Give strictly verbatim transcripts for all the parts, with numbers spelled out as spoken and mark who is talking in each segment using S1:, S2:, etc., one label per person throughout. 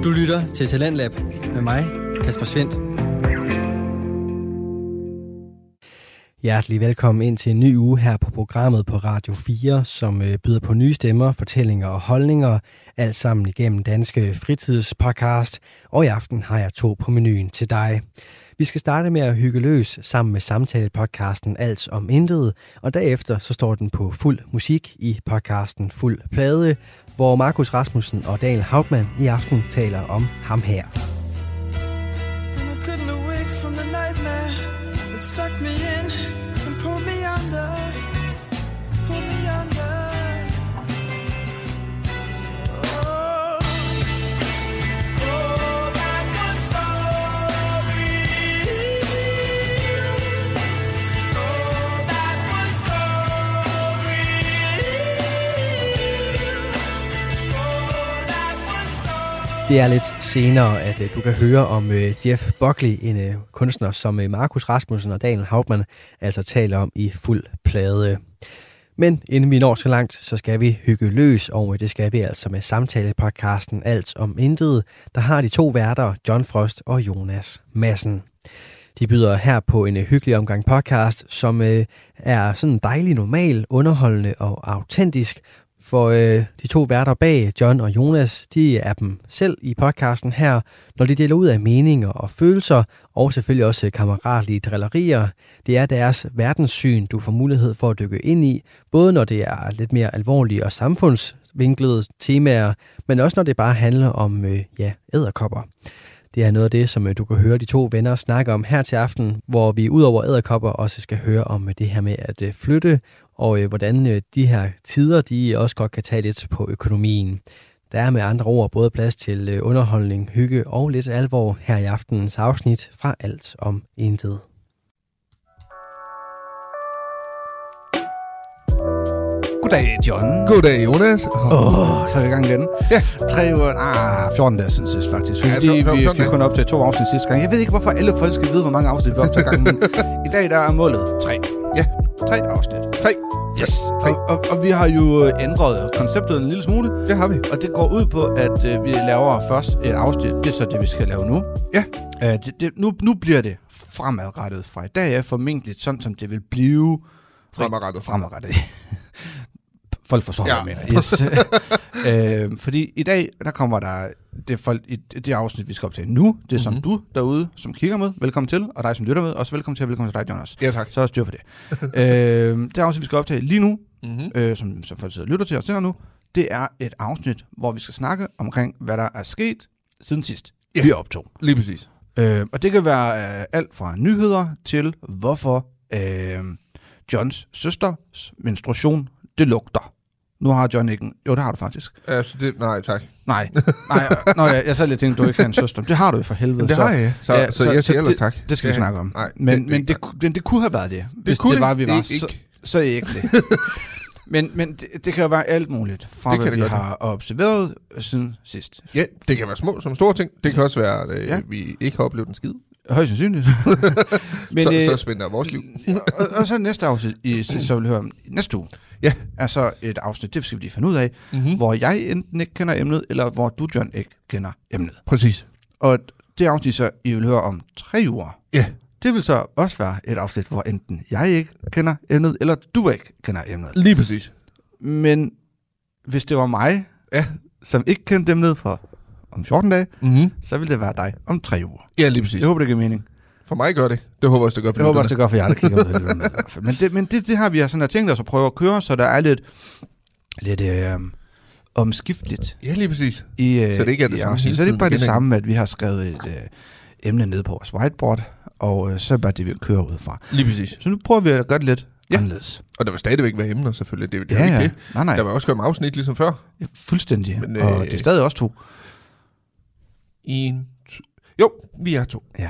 S1: Du lytter til Talentlab med mig, Kasper Svendt. Hjertelig velkommen ind til en ny uge her på programmet på Radio fire, som byder på nye stemmer, fortællinger og holdninger, alt sammen igennem Danske Fritidspodcast. Og i aften har jeg to på menuen til dig. Vi skal starte med at hygge løs sammen med samtalepodcasten Alt om Intet, og derefter så står den på fuld musik i podcasten Fuld Plade, hvor Markus Rasmussen og Daniel Hauptmann i aften taler om ham her. Det er lidt senere, at uh, du kan høre om uh, Jeff Buckley, en uh, kunstner, som uh, Markus Rasmussen og Daniel Hauptmann altså taler om i Fuld Plade. Men inden vi når så langt, så skal vi hygge løs, og det skal vi altså med samtalepodcasten Alt om Intet, der har de to værter, John Frost og Jonas Madsen. De byder her på en uh, hyggelig omgang podcast, som uh, er sådan dejlig normal, underholdende og autentisk. For øh, de to værter bag, John og Jonas, de er dem selv i podcasten her, når de deler ud af meninger og følelser, og selvfølgelig også kammeratlige drillerier. Det er deres verdenssyn, du får mulighed for at dykke ind i, både når det er lidt mere alvorlige og samfundsvinklede temaer, men også når det bare handler om øh, ja, edderkopper. Det er noget af det, som øh, du kan høre de to venner snakke om her til aften, hvor vi udover edderkopper også skal høre om øh, det her med at øh, flytte, og øh, hvordan øh, de her tider, de også godt kan tage lidt på økonomien. Der er med andre ord både plads til øh, underholdning, hygge og lidt alvor her i aftenens afsnit fra Alt om Intet.
S2: Goddag, John.
S3: Goddag, Jonas.
S2: Åh, oh, så er vi i gang igen.
S3: Ja.
S2: Tre uger, ah, fjorten dage siden sidst faktisk.
S3: Ja,
S2: Fordi
S3: fjorten,
S2: vi
S3: fjorten,
S2: fik kun op til to afsnit sidste gang. Jeg ved ikke, hvorfor alle folk skal vide, hvor mange afsnit vi optager gangen, men i dag der er målet tre.
S3: Ja.
S2: Tre afsnit.
S3: Tre.
S2: Yes.
S3: Tre.
S2: Og, og, og vi har jo ændret konceptet en lille smule.
S3: Det har vi.
S2: Og det går ud på, at øh, vi laver først et afsnit. Det er så det, vi skal lave nu.
S3: Ja.
S2: Uh, det, det, nu, nu bliver det fremadrettet fra i dag af, formentlig sådan, som det vil blive
S3: fremadrettet.
S2: Fremadrettet. Folk forstår,
S3: ja.
S2: hvad jeg mener. Yes. øh, fordi i dag, der kommer der det, folk, i det afsnit, vi skal optage nu. Det er som mm-hmm. du derude, som kigger med. Velkommen til. Og dig, som lytter med. Også velkommen til. Og velkommen til dig, Jonas.
S3: Ja, tak.
S2: Så er styr på det. øh, det afsnit, vi skal optage lige nu,
S3: mm-hmm. øh,
S2: som, som folk sidder og lytter til os nu, det er et afsnit, hvor vi skal snakke omkring, hvad der er sket siden sidst.
S3: Ja.
S2: Vi optog.
S3: Lige præcis.
S2: Øh, og det kan være øh, alt fra nyheder til, hvorfor øh, Johns søsters menstruation, det lugter. Nu har John ikke en... Jo, det har du faktisk.
S3: Altså, det... Nej, tak.
S2: Nej, nej. Nå, jeg, jeg sad lidt og tænkte, du ikke har en søster. Det har du jo for helvede.
S3: Men det
S2: så,
S3: har jeg. Så, ja, så, så jeg siger ellers tak.
S2: Det skal
S3: ja.
S2: vi snakke om.
S3: Nej,
S2: men, det, men, det, men det kunne have været det, hvis
S3: det,
S2: det var, vi var.
S3: Ikke.
S2: Så, så ikke det. men men det, det kan jo være alt muligt, fra det hvad vi har det. observeret siden sidst.
S3: Ja, det kan være små som store ting. Det kan også være, at øh, ja. vi ikke har oplevet en skid.
S2: Højst sandsynligt.
S3: men, så, øh, så spænder vores liv.
S2: og, og så næste afsnit, i, så vil vi høre om næste uge.
S3: Ja.
S2: Er så et afsnit, det skal vi lige finde ud af,
S3: mm-hmm.
S2: hvor jeg enten ikke kender emnet, eller hvor du, John, ikke kender emnet.
S3: Præcis.
S2: Og det afsnit, så I vil høre om tre uger,
S3: ja.
S2: det vil så også være et afsnit, hvor enten jeg ikke kender emnet, eller du ikke kender emnet.
S3: Lige præcis.
S2: Men hvis det var mig,
S3: ja.
S2: som ikke kendte emnet for om fjorten dage,
S3: mm-hmm.
S2: så vil det være dig om tre uger.
S3: Ja, lige præcis.
S2: Jeg håber, det giver mening.
S3: For mig gør det. Det håber jeg også, det gør for
S2: Jeg håber også, det gør for jer, der kigger med. Men, det, men det, det har vi sådan her tænkt os at prøve at køre, så der er lidt, lidt øh, omskifteligt.
S3: Ja, lige præcis.
S2: I, øh,
S3: så det ikke er det samme.
S2: Så det er ikke bare det samme, at vi har skrevet et øh, emne ned på vores whiteboard, og øh, så er det bare det, vi kører ud fra.
S3: Lige præcis.
S2: Så nu prøver vi at gøre det lidt ja. anderledes.
S3: Og der vil stadigvæk være emner, selvfølgelig. Det, det
S2: ja,
S3: er ikke
S2: ja.
S3: det.
S2: Nej, nej.
S3: Der vil også komme afsnit, ligesom før.
S2: Ja, fuldstændig. Men,
S3: øh,
S2: og det er stadig også to.
S3: En... Jo, vi er to.
S2: Ja.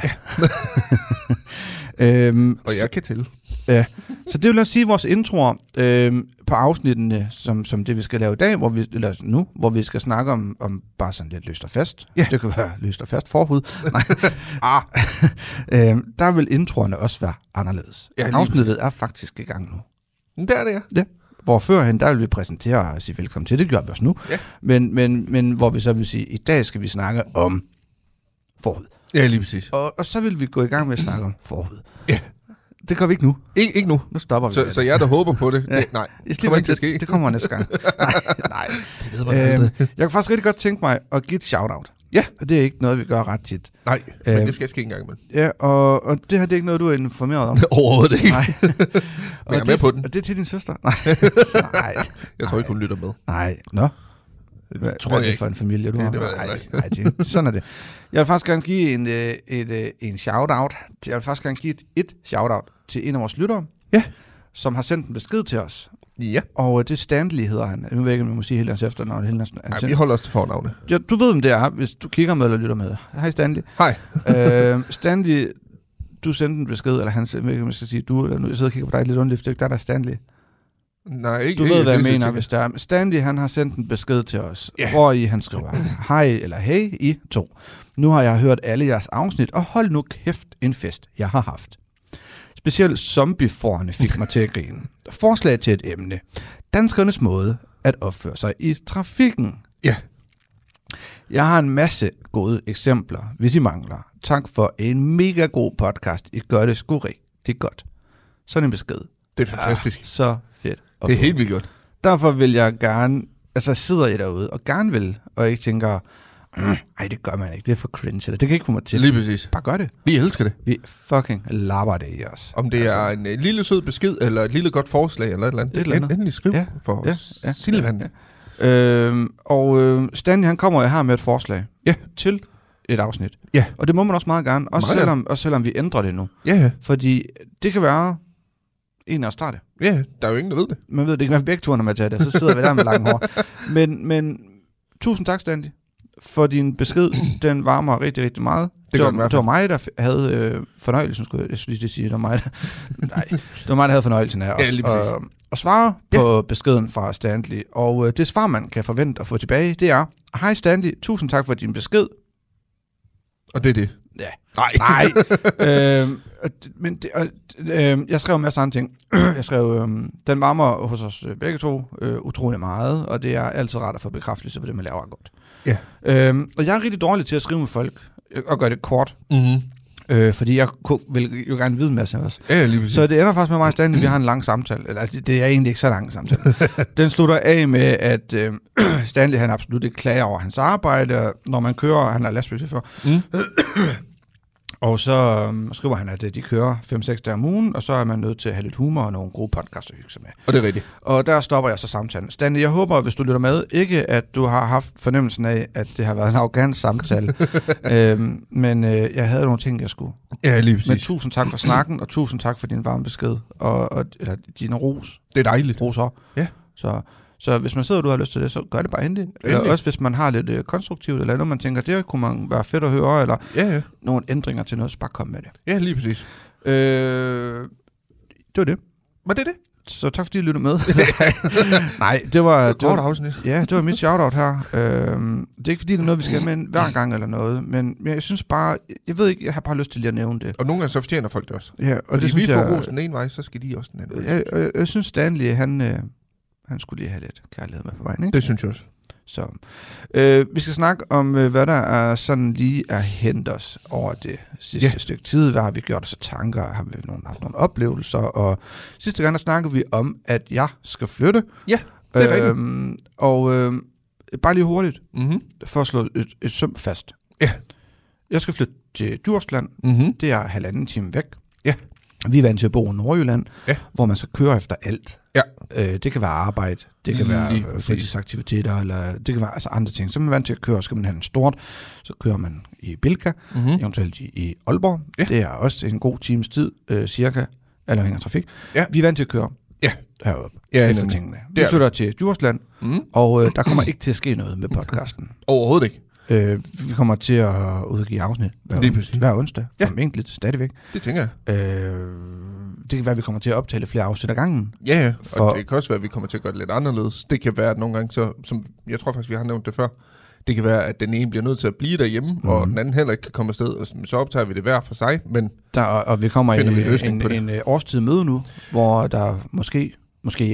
S2: øhm,
S3: og jeg kan til.
S2: Ja, så det vil også sige vores introer øhm, på afsnittene, som, som det vi skal lave i dag, hvor vi, eller nu, hvor vi skal snakke om, om bare sådan lidt løst og fast.
S3: Ja.
S2: Det kan være løst og fast forhud. Nej. ah. øhm, der vil introerne også være anderledes. Ja, afsnittet er faktisk i gang nu.
S3: Der er det, ja.
S2: Ja. hvor førhen, der vil vi præsentere og sige velkommen til, det gør vi også nu.
S3: Ja.
S2: Men, men, men hvor vi så vil sige, i dag skal vi snakke om forhud.
S3: Ja, lige præcis.
S2: Og, og så vil vi gå i gang med at snakke om forhud.
S3: Ja.
S2: Det gør vi ikke nu.
S3: Ik- ikke nu.
S2: Nu stopper vi.
S3: Så, så jeg der håber på det,
S2: Ja.
S3: det nej,
S2: det
S3: kommer ikke til at ske.
S2: Det, det kommer næste gang. nej, nej.
S3: Det ved man aldrig.
S2: Øhm, jeg kan faktisk rigtig godt tænke mig at give et shout-out.
S3: Ja.
S2: Og det er ikke noget, vi gør ret tit.
S3: Nej, men
S2: Øhm,
S3: det skal ske en gang imellem.
S2: Ja, og, og det her det er ikke noget, du er informeret om.
S3: Overhovedet ikke.
S2: Nej.
S3: Men jeg
S2: Og
S3: er
S2: det,
S3: med på den.
S2: Og det er til din søster? Nej. nej.
S3: Jeg tror ikke, hun lytter med.
S2: Nej. Nå. Hvad,
S3: tror
S2: hvad er
S3: jeg
S2: det
S3: ikke.
S2: for en familie, du
S3: Det-
S2: har?
S3: det ved jeg
S2: nej,
S3: ikke.
S2: nej, det, sådan er det. Jeg vil faktisk gerne give en, øh, et, øh, en shout-out. Jeg vil faktisk gerne give et, et shout-out til en af vores lyttere,
S3: Ja.
S2: som har sendt en besked til os.
S3: Ja.
S2: Og øh, det er Stanley, hedder han. Jeg ved ikke, om jeg må sige helt hans efternavn. Helt hans,
S3: Nej, vi holder os til fornavne.
S2: ja, du ved, om det er, hvis du kigger med eller lytter med. Hej Stanley.
S3: Hej.
S2: øh, Stanley, du sendte en besked, eller han, jeg ved ikke, om jeg skal sige du, eller nu, jeg sidder og kigger på dig lidt underligt, for der er der Stanley.
S3: Nej, ikke.
S2: Du
S3: ikke,
S2: ved, hvad jeg
S3: synes,
S2: mener,
S3: tænker.
S2: hvis der er. Stanley, han har sendt en besked til os,
S3: Ja.
S2: hvor i han skriver, hej eller hey I to. Nu har jeg hørt alle jeres afsnit, og hold nu kæft en fest, jeg har haft. Specielt zombieforerne fik mig til at grine. Forslag til et emne. Danskernes måde at opføre sig i trafikken.
S3: Ja.
S2: Jeg har en masse gode eksempler, hvis I mangler. Tak for en mega god podcast. I gør det sgu rigtig godt. Sådan en besked.
S3: Det er fantastisk.
S2: Ah, så fedt.
S3: Det er helt vildt godt.
S2: Derfor vil jeg gerne, altså sidder I derude og gerne vil, og ikke tænker, mm, ej det gør man ikke, det er for cringe, eller det kan ikke få mig til.
S3: Lige præcis.
S2: Bare gør det.
S3: Vi elsker det.
S2: Vi fucking lapper det i os.
S3: Om det
S2: Altså,
S3: er en, en lille sød besked, eller et lille godt forslag, eller et eller andet.
S2: Et eller andet.
S3: Endelig skriv
S2: Ja,
S3: for
S2: ja,
S3: os.
S2: ja,
S3: Silvan.
S2: ja, ja. Øhm, og øh, Stanley, han kommer jo her med et forslag
S3: Ja.
S2: til et afsnit.
S3: Ja.
S2: Og det må man også meget gerne, også,
S3: Meget
S2: selvom, også selvom vi ændrer det nu.
S3: Ja, ja.
S2: Fordi det kan være en af os starter.
S3: Ja, der er jo ingen, der ved det.
S2: Man ved, det kan være begge to, når man tager det, så sidder vi der med langt hår. Men, men tusind tak, Stanley, for din besked. Den varmer rigtig, rigtig meget.
S3: Det
S2: Det,
S3: gør
S2: var,
S3: den i hvert
S2: det var mig, der f- havde øh, fornøjelsen, skulle jeg, jeg skulle lige sige. Det var mig, der, nej, det var mig, der havde fornøjelsen af
S3: Ja, lige
S2: os,
S3: præcis.
S2: at, at svare på beskeden fra Stanley. Og øh, det svar, man kan forvente at få tilbage, det er, hej Stanley, tusind tak for din besked.
S3: Og det er det.
S2: Ja.
S3: Nej.
S2: Nej. øhm, og d- men det, og, øh, jeg skrev en masse andre ting. jeg skrev, øh, den varmer hos os øh, begge to øh, utrolig meget, og det er altid rart at få bekræftelse på det, man laver er godt.
S3: Ja.
S2: Øhm, og jeg er rigtig dårlig til at skrive med folk, øh, og gøre det kort,
S3: Mm-hmm.
S2: øh, fordi jeg ku- vil jo gerne vide en masse også.
S3: Ja, lige præcis.
S2: Så det ender faktisk med mig og Stanley, vi har en lang samtale. Eller det, det er egentlig ikke så lang samtale. Den slutter af med, at øh, Stanley han absolut ikke klager over hans arbejde, når man kører, han er lastbilchauffør.
S3: Mm.
S2: Og så øhm, skriver han, at øh, de kører fem seks dage om ugen, og så er man nødt til at have lidt humor og nogle gode podcasts at hygge sig med.
S3: Og det er rigtigt.
S2: Og der stopper jeg så samtalen. Stanley, jeg håber, hvis du lytter med, ikke at du har haft fornemmelsen af, at det har været en arrogant samtale. øhm, men øh, jeg havde nogle ting, jeg skulle.
S3: Ja, lige præcis.
S2: Men tusind tak for snakken, og tusind tak for din varme besked, og, og eller din ros.
S3: Det er dejligt.
S2: Roser.
S3: Ja.
S2: Så, så hvis man sidder og du har lyst til det, så gør det bare endelig. Eller
S3: Endelig.
S2: også hvis man har lidt øh, konstruktivt, eller noget, man tænker, det kunne man være fedt at høre, eller
S3: Ja, ja.
S2: nogle ændringer til noget, så bare kom med det.
S3: Ja, lige præcis.
S2: Øh, det var det.
S3: Var det det?
S2: Så tak fordi I lyttede med. Nej, det var...
S3: Det
S2: Det
S3: var et
S2: var
S3: afsnit.
S2: ja, det var mit shoutout her. Øhm, det er ikke fordi, det er noget, vi skal med hver gang eller noget, men men jeg synes bare... Jeg ved ikke, jeg har bare lyst til lige at nævne det.
S3: Og nogle gange så fortjener folk det også.
S2: Ja, og
S3: Fordi
S2: det synes
S3: vi får
S2: jeg...
S3: ros den ene vej, så skal de også den anden vej.
S2: Jeg, jeg, jeg synes, Stanley, han, øh, han skulle lige have lidt kærlighed med på vejen, ikke?
S3: Det synes jeg også.
S2: Så, øh, vi skal snakke om, øh, hvad der er sådan lige er hent os over det sidste
S3: Ja.
S2: stykke tid. Hvad har vi gjort os af tanker? Har vi nogen, haft nogle oplevelser? Og sidste gang, der snakkede vi om, at jeg skal flytte.
S3: Ja, det er
S2: øhm, Og øh, bare lige hurtigt,
S3: Mhm.
S2: for at slå et, et søm fast.
S3: Ja.
S2: Jeg skal flytte til Djursland.
S3: Mhm.
S2: Det er halvanden time væk.
S3: Ja.
S2: Vi er vant til at bo i Nordjylland,
S3: Ja.
S2: hvor man skal køre efter alt.
S3: Ja.
S2: Øh, det kan være arbejde, det kan
S3: Lige
S2: være øh,
S3: præcis.
S2: fritidsaktiviteter, eller det kan være altså andre ting. Så er man vant til at køre, skal man have en stort, så kører man i Bilka,
S3: Mhm.
S2: mm. eventuelt i, i Aalborg.
S3: Ja.
S2: Det er også en god times tid, øh, cirka, eller hænger trafik.
S3: Ja.
S2: Vi er vant til at køre
S3: Ja.
S2: heroppe,
S3: Ja,
S2: efter
S3: nemlig.
S2: tingene. Vi
S3: Det er
S2: flytter til Djursland,
S3: Mhm.
S2: og øh, der kommer ikke til at ske noget med podcasten.
S3: Overhovedet ikke.
S2: Øh, vi kommer til at udgive afsnit hver,
S3: Lige præcis.
S2: hver onsdag,
S3: Ja.
S2: formentlig stadigvæk.
S3: Det tænker jeg.
S2: Øh, det kan være, at vi kommer til at optale flere afsnit ad gangen.
S3: Ja, ja.
S2: For-
S3: Og det kan også være, at vi kommer til at gøre det lidt anderledes. Det kan være, at nogle gange, så, som jeg tror faktisk, vi har nævnt det før, det kan være, at den ene bliver nødt til at blive derhjemme, mm. og den anden heller ikke kan komme afsted, og så optager vi det hver for sig, men
S2: Der, og, og vi kommer i
S3: Finder vi en
S2: en,
S3: løsning
S2: en,
S3: på det.
S2: en, en årstid møde nu, hvor der måske, måske ikke,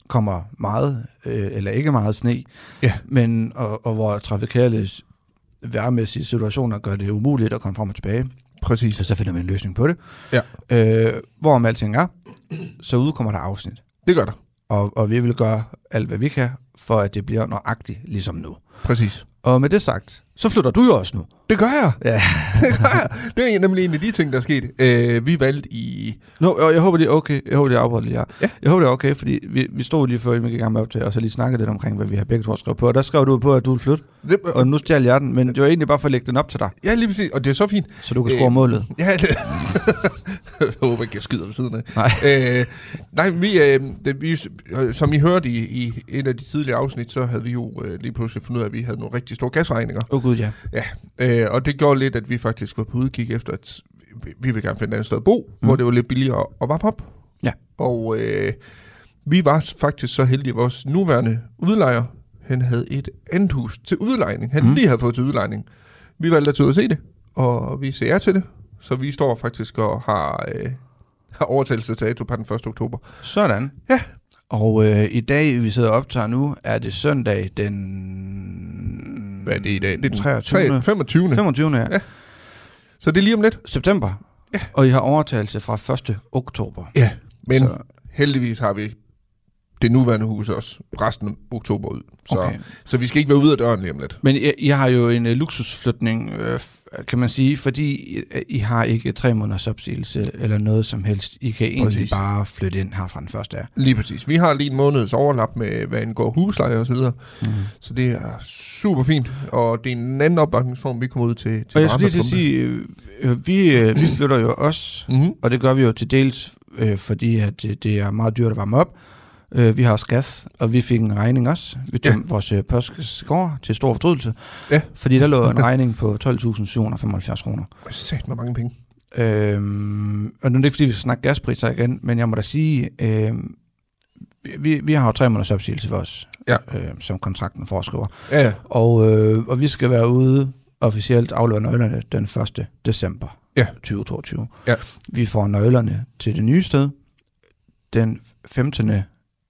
S2: kommer meget, øh, eller ikke meget sne,
S3: Ja.
S2: men, og, og hvor trafikale vejrmæssige situationer gør det umuligt at komme frem og tilbage.
S3: Præcis.
S2: Så, så finder vi en løsning på det.
S3: Ja.
S2: Øh, hvorom alting er, så udkommer der afsnit.
S3: Det gør der.
S2: Og, og vi vil gøre alt, hvad vi kan, for at det bliver nøjagtigt ligesom nu.
S3: Præcis.
S2: Og med det sagt, så flytter du jo også nu.
S3: Det gør jeg.
S2: Ja.
S3: Det gør jeg. Det er nemlig en af de ting, der er sket. Øh, vi valgte i...
S2: Nå, no, jeg håber, det er okay. Jeg håber, det er afbrudt lige her.
S3: Ja.
S2: Jeg håber, det er okay, fordi vi, vi stod lige før, vi gik i gang med op til, og så lige snakkede lidt omkring, hvad vi har begge to skrevet på. Og der skrev du på, at du ville flytte,
S3: Det,
S2: og nu stjal jeg den. Men det var egentlig bare for at lægge den op til dig,
S3: ja, lige præcis. Og det er så fint.
S2: så du kan score
S3: Øh,
S2: målet.
S3: Ja, det... jeg håber ikke, jeg skyder ved siden af.
S2: Nej.
S3: Øh, nej, vi, øh, det, vi, som I hørte i, i et af de tidligere afsnit, så havde vi jo øh, lige pludselig fundet ud af, at vi havde nogle rigtig store gasregninger.
S2: Åh oh, gud, ja.
S3: Ja, øh, og det gjorde lidt, at vi faktisk var på udkig efter, at vi, vi vil gerne finde et andet sted at bo, mm. hvor det var lidt billigere at varme op.
S2: Ja.
S3: Og øh, vi var faktisk så heldige, at vores nuværende udlejer, han havde et andet hus til udlejning. Han mm. lige havde fået til udlejning. Vi valgte at tage ud og se det, og vi ser ja til det. Så vi står faktisk og har, øh, har overtagelsesdato på den første oktober.
S2: Sådan.
S3: Ja.
S2: Og øh, i dag, vi sidder og optager nu, er det søndag den...
S3: Hvad er det i dag? Det er den
S2: treogtyvende
S3: femogtyvende
S2: femogtyvende Ja.
S3: Ja. Så det er lige om lidt.
S2: September.
S3: Ja.
S2: Og I har overtagelse fra første oktober.
S3: Ja, men
S2: Så-
S3: heldigvis har vi det nuværende hus også resten af oktober ud. Så,
S2: Okay.
S3: så vi skal ikke være ude af døren lige om lidt.
S2: Men I, I har jo en uh, luksusflytning, øh, f- kan man sige, fordi I, I har ikke tre måneders opsigelse eller noget som helst. I kan egentlig
S3: Præcis.
S2: bare flytte ind her fra den første af.
S3: Lige præcis. Vi har lige en måneds overlap med, hvad angår husleje og så videre.
S2: Mm.
S3: Så det er super fint. Og det er en anden opbakningsform, vi kommer ud til. til
S2: Og jeg skulle lige til at
S3: varmepumpe.
S2: sige, øh, øh, vi, øh, vi flytter jo også,
S3: Mhm.
S2: og det gør vi jo til dels, øh, fordi at det, det er meget dyrt at varme op. Øh, vi har også gas, og vi fik en regning også. Vi tog
S3: Ja.
S2: vores øh, postkasse i går til stor fortrydelse,
S3: Ja.
S2: fordi der lå en regning på tolv tusind syv hundrede femoghalvfjerds kroner.
S3: Sæt med mange penge.
S2: Øhm, og nu er det ikke, fordi vi skal snakke gaspriser igen, men jeg må da sige, øhm, vi, vi har jo tre måneders opsigelse for os,
S3: Ja.
S2: øh, som kontrakten foreskriver.
S3: Ja, ja.
S2: Og, øh, og vi skal være ude officielt aflevere nøglerne den første december
S3: Ja.
S2: tyve toogtyve.
S3: Ja.
S2: Vi får nøglerne til det nye sted den femtende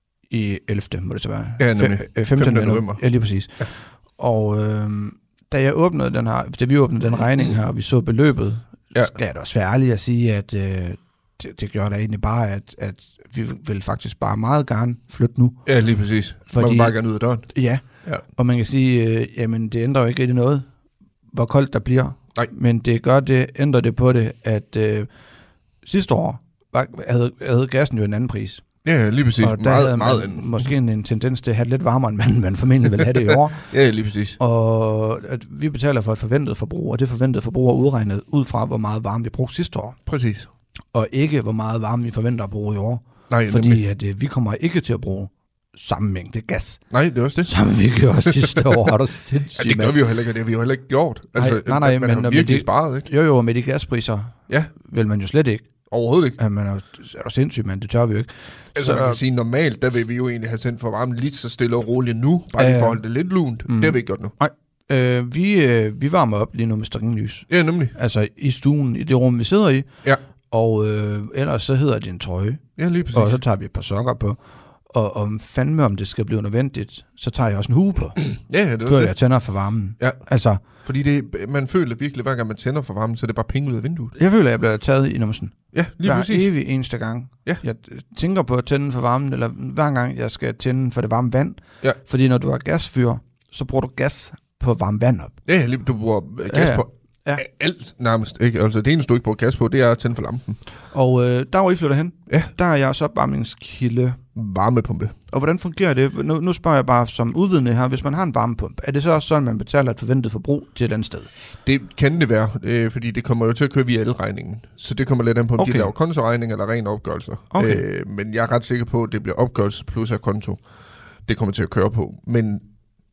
S2: i ellevte må det så være.
S3: Ja, nemlig.
S2: Fe- øh, femtende
S3: november.
S2: Ja, lige præcis.
S3: Ja.
S2: Og øh, da jeg åbnede den her, da vi åbnede den regning her, og vi så beløbet,
S3: Ja.
S2: ja. skal jeg da også være ærlig at sige, at øh, det, det gjorde da egentlig bare, at, at vi vil faktisk bare meget gerne flytte nu.
S3: Ja, lige præcis. Fordi... Man
S2: Fordi-
S3: vil bare gerne ud af døren.
S2: Ja,
S3: Ja.
S2: og man kan sige, øh, jamen det ændrer jo ikke rigtig noget, hvor koldt der bliver.
S3: Nej.
S2: Men det gør det, ændrer det på det, at øh, sidste år var, havde, havde gassen jo en anden pris.
S3: Ja, lige præcis.
S2: Og der
S3: Meget,
S2: havde
S3: meget
S2: man
S3: end.
S2: måske en, en tendens til at have det lidt varmere, end man, man formentlig vil have det i år.
S3: Ja, lige præcis.
S2: Og at vi betaler for et forventet forbrug, og det forventede forbrug er udregnet ud fra, hvor meget varme vi brugte sidste år.
S3: Præcis.
S2: Og ikke, hvor meget varme vi forventer at bruge i år.
S3: Nej,
S2: Fordi
S3: nemlig.
S2: at, øh, vi kommer ikke til at bruge samme mængde gas,
S3: Nej, det er også det.
S2: som vi gjorde sidste år. Har du
S3: Ja,
S2: sindssygt,
S3: det gør
S2: mand?
S3: vi jo heller ikke, og det har vi jo heller ikke gjort. Altså,
S2: nej, nej,
S3: man
S2: men-
S3: har
S2: men
S3: virkelig
S2: det-
S3: sparet, ikke?
S2: Jo, jo, med de gaspriser
S3: Ja.
S2: vil man jo slet ikke.
S3: Overhovedet ikke.
S2: Ja, man er, jo- er du sindssygt, men det tør vi jo ikke.
S3: Altså, man kan sige, normalt, der vil vi jo egentlig have sendt for varmen lidt så stille og roligt nu, bare lige
S2: Ja, ja.
S3: for at holde det lidt lunt.
S2: Mm.
S3: Det har vi ikke gjort nu.
S2: Øh, vi, øh, vi varmer op lige nu med stringlys.
S3: Ja, nemlig.
S2: Altså i stuen, i det rum, vi sidder i.
S3: Ja.
S2: Og øh, ellers så hedder det en trøje.
S3: Ja, lige præcis.
S2: Og så tager vi et par sokker på. Og om fandme, om det skal blive nødvendigt, så tager jeg også en hue på,
S3: Ja, ja, det er
S2: før
S3: også
S2: jeg
S3: det.
S2: tænder for varmen.
S3: Ja.
S2: Altså,
S3: Fordi det, man føler virkelig, hver gang man tænder for varmen, så er det bare penge ud af vinduet.
S2: jeg føler, at jeg bliver taget i numsen.
S3: Ja, lige
S2: Hver
S3: præcis.
S2: evig eneste gang.
S3: Ja.
S2: Jeg tænker på at tænde for varmen, eller hver gang jeg skal tænde for det varme vand.
S3: Ja.
S2: Fordi når du har gasfyr, så bruger du gas på varme vand op.
S3: Ja, lige, du bruger øh, gas
S2: Ja, ja.
S3: på
S2: Ja.
S3: alt nærmest. Ikke? Altså, det eneste, du ikke bruger gas på, det er at tænde for lampen.
S2: Og øh, der hvor I flytter hen,
S3: Ja.
S2: der er jeres opvarmningskilde.
S3: Varmepumpe.
S2: Og hvordan fungerer det? Nu, nu spørger jeg bare som udvidende her, hvis man har en varmepumpe, er det så også sådan, man betaler et forventet forbrug til et andet sted?
S3: Det kan det være, øh, fordi det kommer jo til at køre via elregningen. Så det kommer lidt an på, om okay.
S2: Okay.
S3: de laver kontoregning eller ren opgørelser.
S2: Okay.
S3: Øh, men jeg er ret sikker på, at det bliver opgørelse plus af konto. Det kommer til at køre på. Men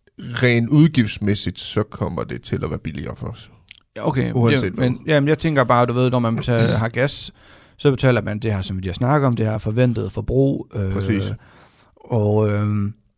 S3: ren udgiftsmæssigt, så kommer det til at være billigere for os.
S2: Ja, okay.
S3: Uanset
S2: det,
S3: hvad.
S2: men jamen, jeg tænker bare, du ved, når man betaler, har gas, så betaler man det her, som vi har snakket om, det her forventede forbrug. Øh,
S3: Præcis.
S2: Og øh,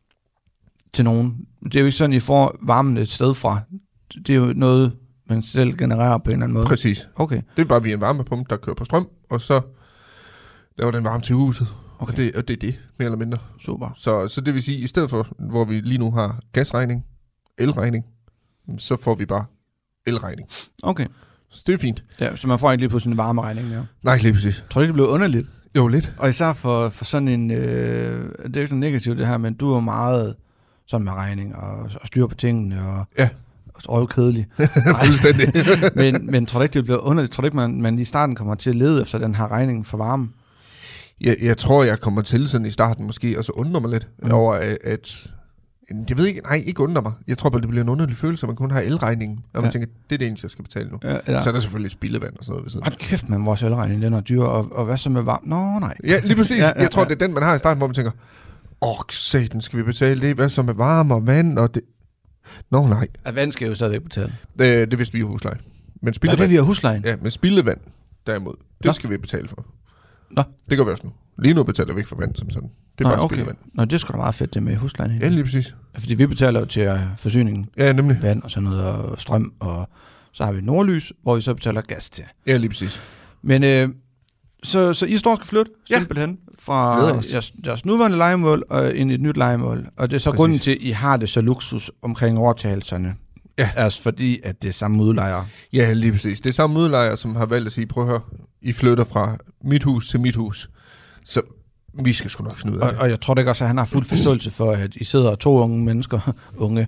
S2: til nogen. Det er jo ikke sådan, I får varmen et sted fra. Det er jo noget, man selv genererer på en eller anden måde.
S3: Præcis.
S2: Okay.
S3: Det er bare via en varmepumpe, der kører på strøm, og så laver den varme til huset. Okay. Og, det, og det er det, mere eller mindre.
S2: Super.
S3: Så, så det vil sige, at i stedet for, hvor vi lige nu har gasregning, elregning, så får vi bare elregning.
S2: Okay.
S3: Så det er fint.
S2: Ja, så man får ikke lige pludselig en varmeregning mere.
S3: Nej, lige præcis.
S2: Tror du ikke, det bliver underligt?
S3: Jo, lidt.
S2: Og især for, for sådan en, øh, det er ikke noget negativt det her, men du er meget sådan med regning og, og styr på tingene og,
S3: ja.
S2: og røvkedelig.
S3: Fuldstændig.
S2: men, men tror du ikke, det bliver underligt? Tror du ikke, man, man i starten kommer til at lede efter den her regning for varme?
S3: Jeg, jeg tror, jeg kommer til sådan i starten måske, og så undrer mig lidt mm. over, at, at... Jeg ved ikke, nej, ikke undrer mig. Jeg tror bare, det bliver en underlig følelse, at man kun har elregningen, og man ja. tænker, det er det eneste, jeg skal betale nu. Ja, ja. Så er der selvfølgelig spildevand og sådan noget ved siden.
S2: Hold kæft, man, vores elregning, den er dyr, og, og hvad så med varme? Nå, nej.
S3: Ja, lige præcis. ja, ja, jeg tror, ja. det er den, man har i starten, hvor man tænker, åh, satan, skal vi betale det? Hvad så med varme og vand og det? Nå, nej.
S2: At vand skal jo stadigvæk betale.
S3: Det, det vidste vi i husleje. Men
S2: spildevand, er det, vi har huslejen?
S3: Ja, men spildevand, derimod, det Nå. skal vi betale for.
S2: Nå.
S3: Det gør vi også nu. Lige nu betaler vi ikke for vand som sådan. Det er
S2: Nå,
S3: bare
S2: okay.
S3: spildevand.
S2: Nå, det er sgu da meget fedt, det med huslejen.
S3: Ja, lige præcis.
S2: Fordi vi betaler jo til uh, forsyningen.
S3: Ja, nemlig.
S2: Vand og sådan noget, og strøm, og så har vi nordlys, hvor vi så betaler gas til.
S3: Ja, lige præcis.
S2: Men øh, så, så I står skal flytte, ja. simpelthen, fra jeres, jeres nuværende lejemål og ind i et nyt lejemål. Og det er så præcis. Grunden til, at I har det så luksus omkring overtagelserne. Ja. Altså fordi, at det er samme udlejer.
S3: Ja, lige præcis. Det er samme udlejer, som har valgt at sige, prøv at høre, I flytter fra mit hus til mit hus. Så vi skal sgu nok finde ud af
S2: og, og jeg tror da ikke også, at han har fuld forståelse for, at I sidder to unge mennesker. unge.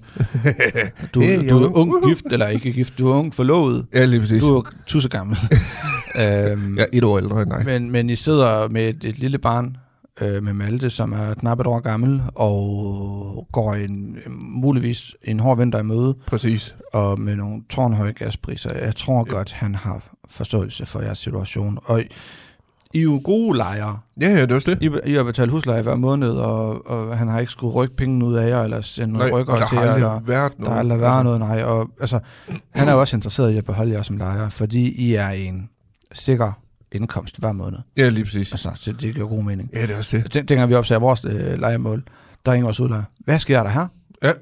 S2: Du, hey, du er ung gift, eller ikke gift. Du er ung forlovet.
S3: Ja, lige præcis.
S2: Du er tussegammel. øhm,
S3: ja, et år ældre end dig.
S2: Men, men I sidder med et, et lille barn, øh, med Malte, som er knap et år gammel, og går en, muligvis en hård vinter i møde.
S3: Præcis.
S2: Og med nogle tårnhøje gaspriser. Jeg tror ja. godt, han har forståelse for jeres situation. Og I er jo gode lejere.
S3: Ja, ja, det er også det.
S2: I, I har betalt husleje hver måned, og, og han har ikke skulle rykke penge ud af jer, eller sende
S3: nej,
S2: rykker til jer.
S3: Der
S2: har
S3: aldrig været noget.
S2: Der har aldrig været altså. noget, nej. Og, altså, han er jo også interesseret i at beholde jer som lejer, fordi I er en sikker indkomst hver måned.
S3: Ja, lige præcis.
S2: Altså, så det giver god mening.
S3: Ja, det er også det.
S2: Den, dengang vi opsager vores øh, lejemål, der er ingen vores udlejer. Hvad sker der her?
S3: Ja.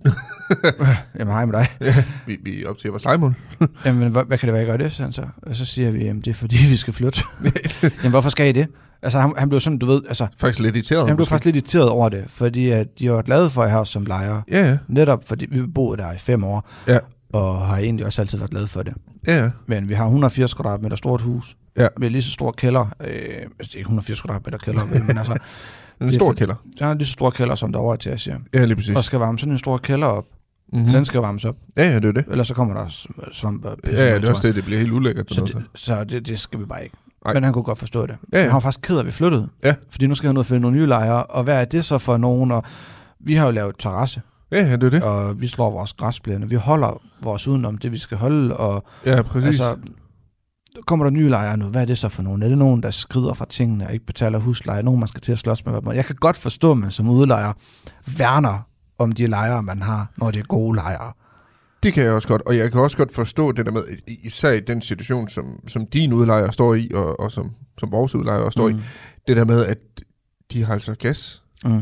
S2: Jamen, hej med dig.
S3: Ja, vi, vi optager vores lejemål.
S2: Jamen, hvad, hvad kan det være, I gør det? Så? Og så siger vi, jamen, det er fordi, vi skal flytte. Jamen, hvorfor skal I det? Altså, han, han blev sådan, du ved, altså...
S3: Faktisk lidt irriteret.
S2: Han blev faktisk lidt irriteret over det, fordi at de var glade for jer som lejer.
S3: Ja, ja.
S2: Netop fordi vi boede der i fem år,
S3: ja.
S2: og har egentlig også altid været glade for det.
S3: Ja, ja.
S2: Men vi har et hundrede og firs kvadratmeter stort hus,
S3: ja.
S2: med lige så stor kælder. Øh, altså, det er ikke hundrede og firs kvadratmeter kælder, men altså...
S3: En stor kælder.
S2: Der er lige så stor kælder, som der over til, jeg siger.
S3: Ja, lige præcis.
S2: Og skal varme sådan en stor kælder op. Mm-hmm. For den skal varmes op.
S3: Ja, ja, det er det.
S2: Ellers så kommer der svamp og pisse.
S3: Ja, ja, det er også det. Det bliver helt ulækkert.
S2: Så, det, så det, det skal vi bare ikke.
S3: Ej.
S2: Men han kunne godt forstå det.
S3: Ja, ja.
S2: Han var faktisk ked af, at vi flyttede.
S3: Ja.
S2: Fordi nu skal han ud og finde nogle nye lejere. Og hvad er det så for nogen? Og vi har jo lavet terrasse.
S3: Ja, ja, det er det.
S2: Og vi slår vores græsplæne. Vi holder vores udenom det, vi skal holde. Og,
S3: ja, præcis. Altså,
S2: kommer der nye lejere nu? Hvad er det så for nogen? Er det nogen, der skrider fra tingene og ikke betaler husleje? Nogen, man skal til at slås med? Jeg kan godt forstå, at man som udlejer værner om de lejere, man har, når det er gode lejere.
S3: Det kan jeg også godt, og jeg kan også godt forstå det der med, især i den situation, som, som din udlejer står i, og, og som, som vores udlejer står mm. i, det der med, at de har altså gas. Mm.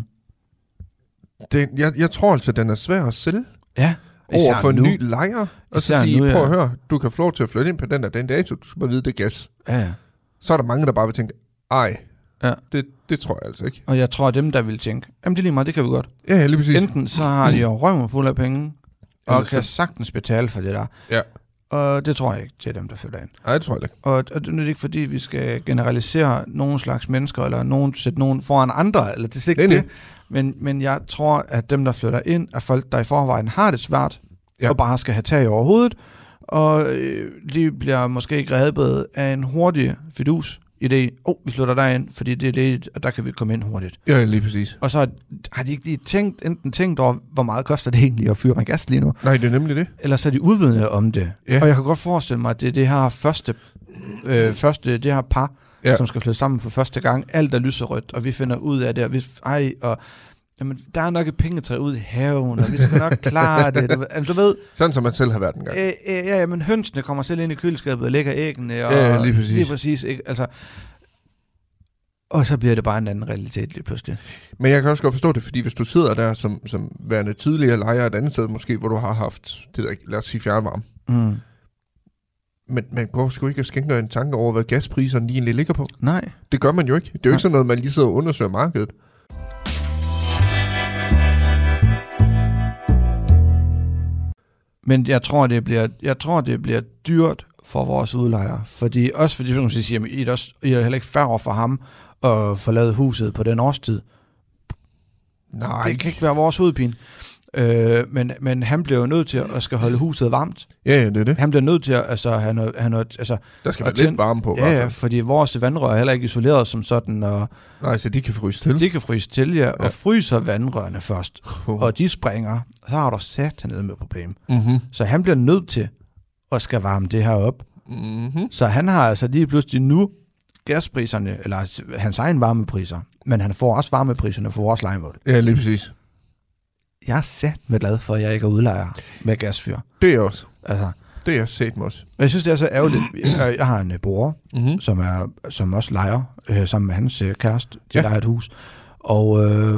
S3: Det, jeg, jeg tror altså, den er svær at sælge.
S2: Ja.
S3: Over for en ny lejer, og så sige,
S2: nu, ja.
S3: prøv at høre, du kan få lov til at flytte ind på den der den dato, du skal bare vide, det er gas.
S2: Ja, ja.
S3: Så er der mange, der bare vil tænke, ej, ja. det, det tror jeg altså ikke.
S2: Og jeg tror, at dem, der vil tænke, jamen det er lige meget, det kan vi godt.
S3: Ja, ja, lige præcis.
S2: Enten så har de jo røven fuld af penge, og Eller kan så... sagtens betale for det der.
S3: Ja.
S2: Og det tror jeg ikke til dem, der flytter ind.
S3: Nej, det tror jeg ikke.
S2: Og, og det er ikke, fordi vi skal generalisere nogen slags mennesker, eller nogen, sætte nogen foran andre, eller det er ikke det. det. Men, men jeg tror, at dem, der flytter ind, er folk, der i forvejen har det svært, ja. Og bare skal have tag over hovedet, og øh, de bliver måske grebet af en hurtig fidus idé. Åh, oh, vi flytter derind, fordi det er det, og der kan vi komme ind hurtigt.
S3: Ja, lige præcis.
S2: Og så har de ikke lige tænkt, enten tænkt over, hvor meget koster det egentlig at fyre med gas lige nu.
S3: Nej, det er nemlig det.
S2: Eller så er de uvidende om det. Ja. Og jeg kan godt forestille mig, at det er det her første, øh, første det her par, ja. Som skal flytte sammen for første gang. Alt er lyserødt, og vi finder ud af det, og vi, ej, og jamen, der er nok et pengetræ ude i haven, og vi skal nok klare det. Du, altså, du ved...
S3: Sådan som man selv har været en gang.
S2: Øh, øh, ja, men hønsene kommer selv ind i køleskabet og lægger æggene. Og
S3: ja, lige præcis.
S2: Lige præcis, ikke? Altså, og så bliver det bare en anden realitet lige pludselig.
S3: Men jeg kan også godt forstå det, fordi hvis du sidder der som, som værende tidligere lejer et andet sted, måske, hvor du har haft, det der, lad os sige fjernvarme. Mm. Men man går sgu ikke og skænker en tanke over, hvad gaspriserne lige egentlig ligger på.
S2: Nej.
S3: Det gør man jo ikke. Det er jo
S2: Nej.
S3: ikke sådan noget, man lige sidder og undersøger markedet.
S2: Men jeg tror, det bliver, jeg tror, det bliver dyrt for vores udlejere. Fordi, også fordi, som siger, at I er, også, I er heller ikke færre for ham at forlade huset på den årstid.
S3: Nej.
S2: Det kan ikke være vores hovedpine. Øh, men, men han bliver jo nødt til at skal holde huset varmt.
S3: Ja, ja, det er det.
S2: Han bliver nødt til at altså, have noget, have noget, altså,
S3: Der skal
S2: og
S3: være lidt
S2: tænd-
S3: varme på. i
S2: ja,
S3: hvert
S2: ja,
S3: fald.
S2: fordi vores vandrør er heller ikke isoleret som sådan, og
S3: Nej, så de kan fryse til.
S2: de kan fryse til, ja,
S3: Ja.
S2: og fryser vandrørene først.
S3: Uh.
S2: Og de springer, så har du sat nede med problem.
S3: Mm-hmm.
S2: Så han bliver nødt til at skal varme det her op.
S3: Mm-hmm.
S2: Så han har altså lige pludselig nu gaspriserne, eller hans egen varmepriser, men han får også varmepriserne for vores lejemål.
S3: Ja, lige præcis.
S2: Jeg er sat med glad for, at jeg ikke er udlejer med gasfyr.
S3: Det er jeg også.
S2: Altså,
S3: Det er jeg set mig også.
S2: jeg synes, det er så ærgerligt. Jeg, jeg har en bror,
S3: Mm-hmm.
S2: som, er, som også lejer, øh, sammen med hans øh, kæreste. De
S3: Ja.
S2: lejer et hus. Og øh,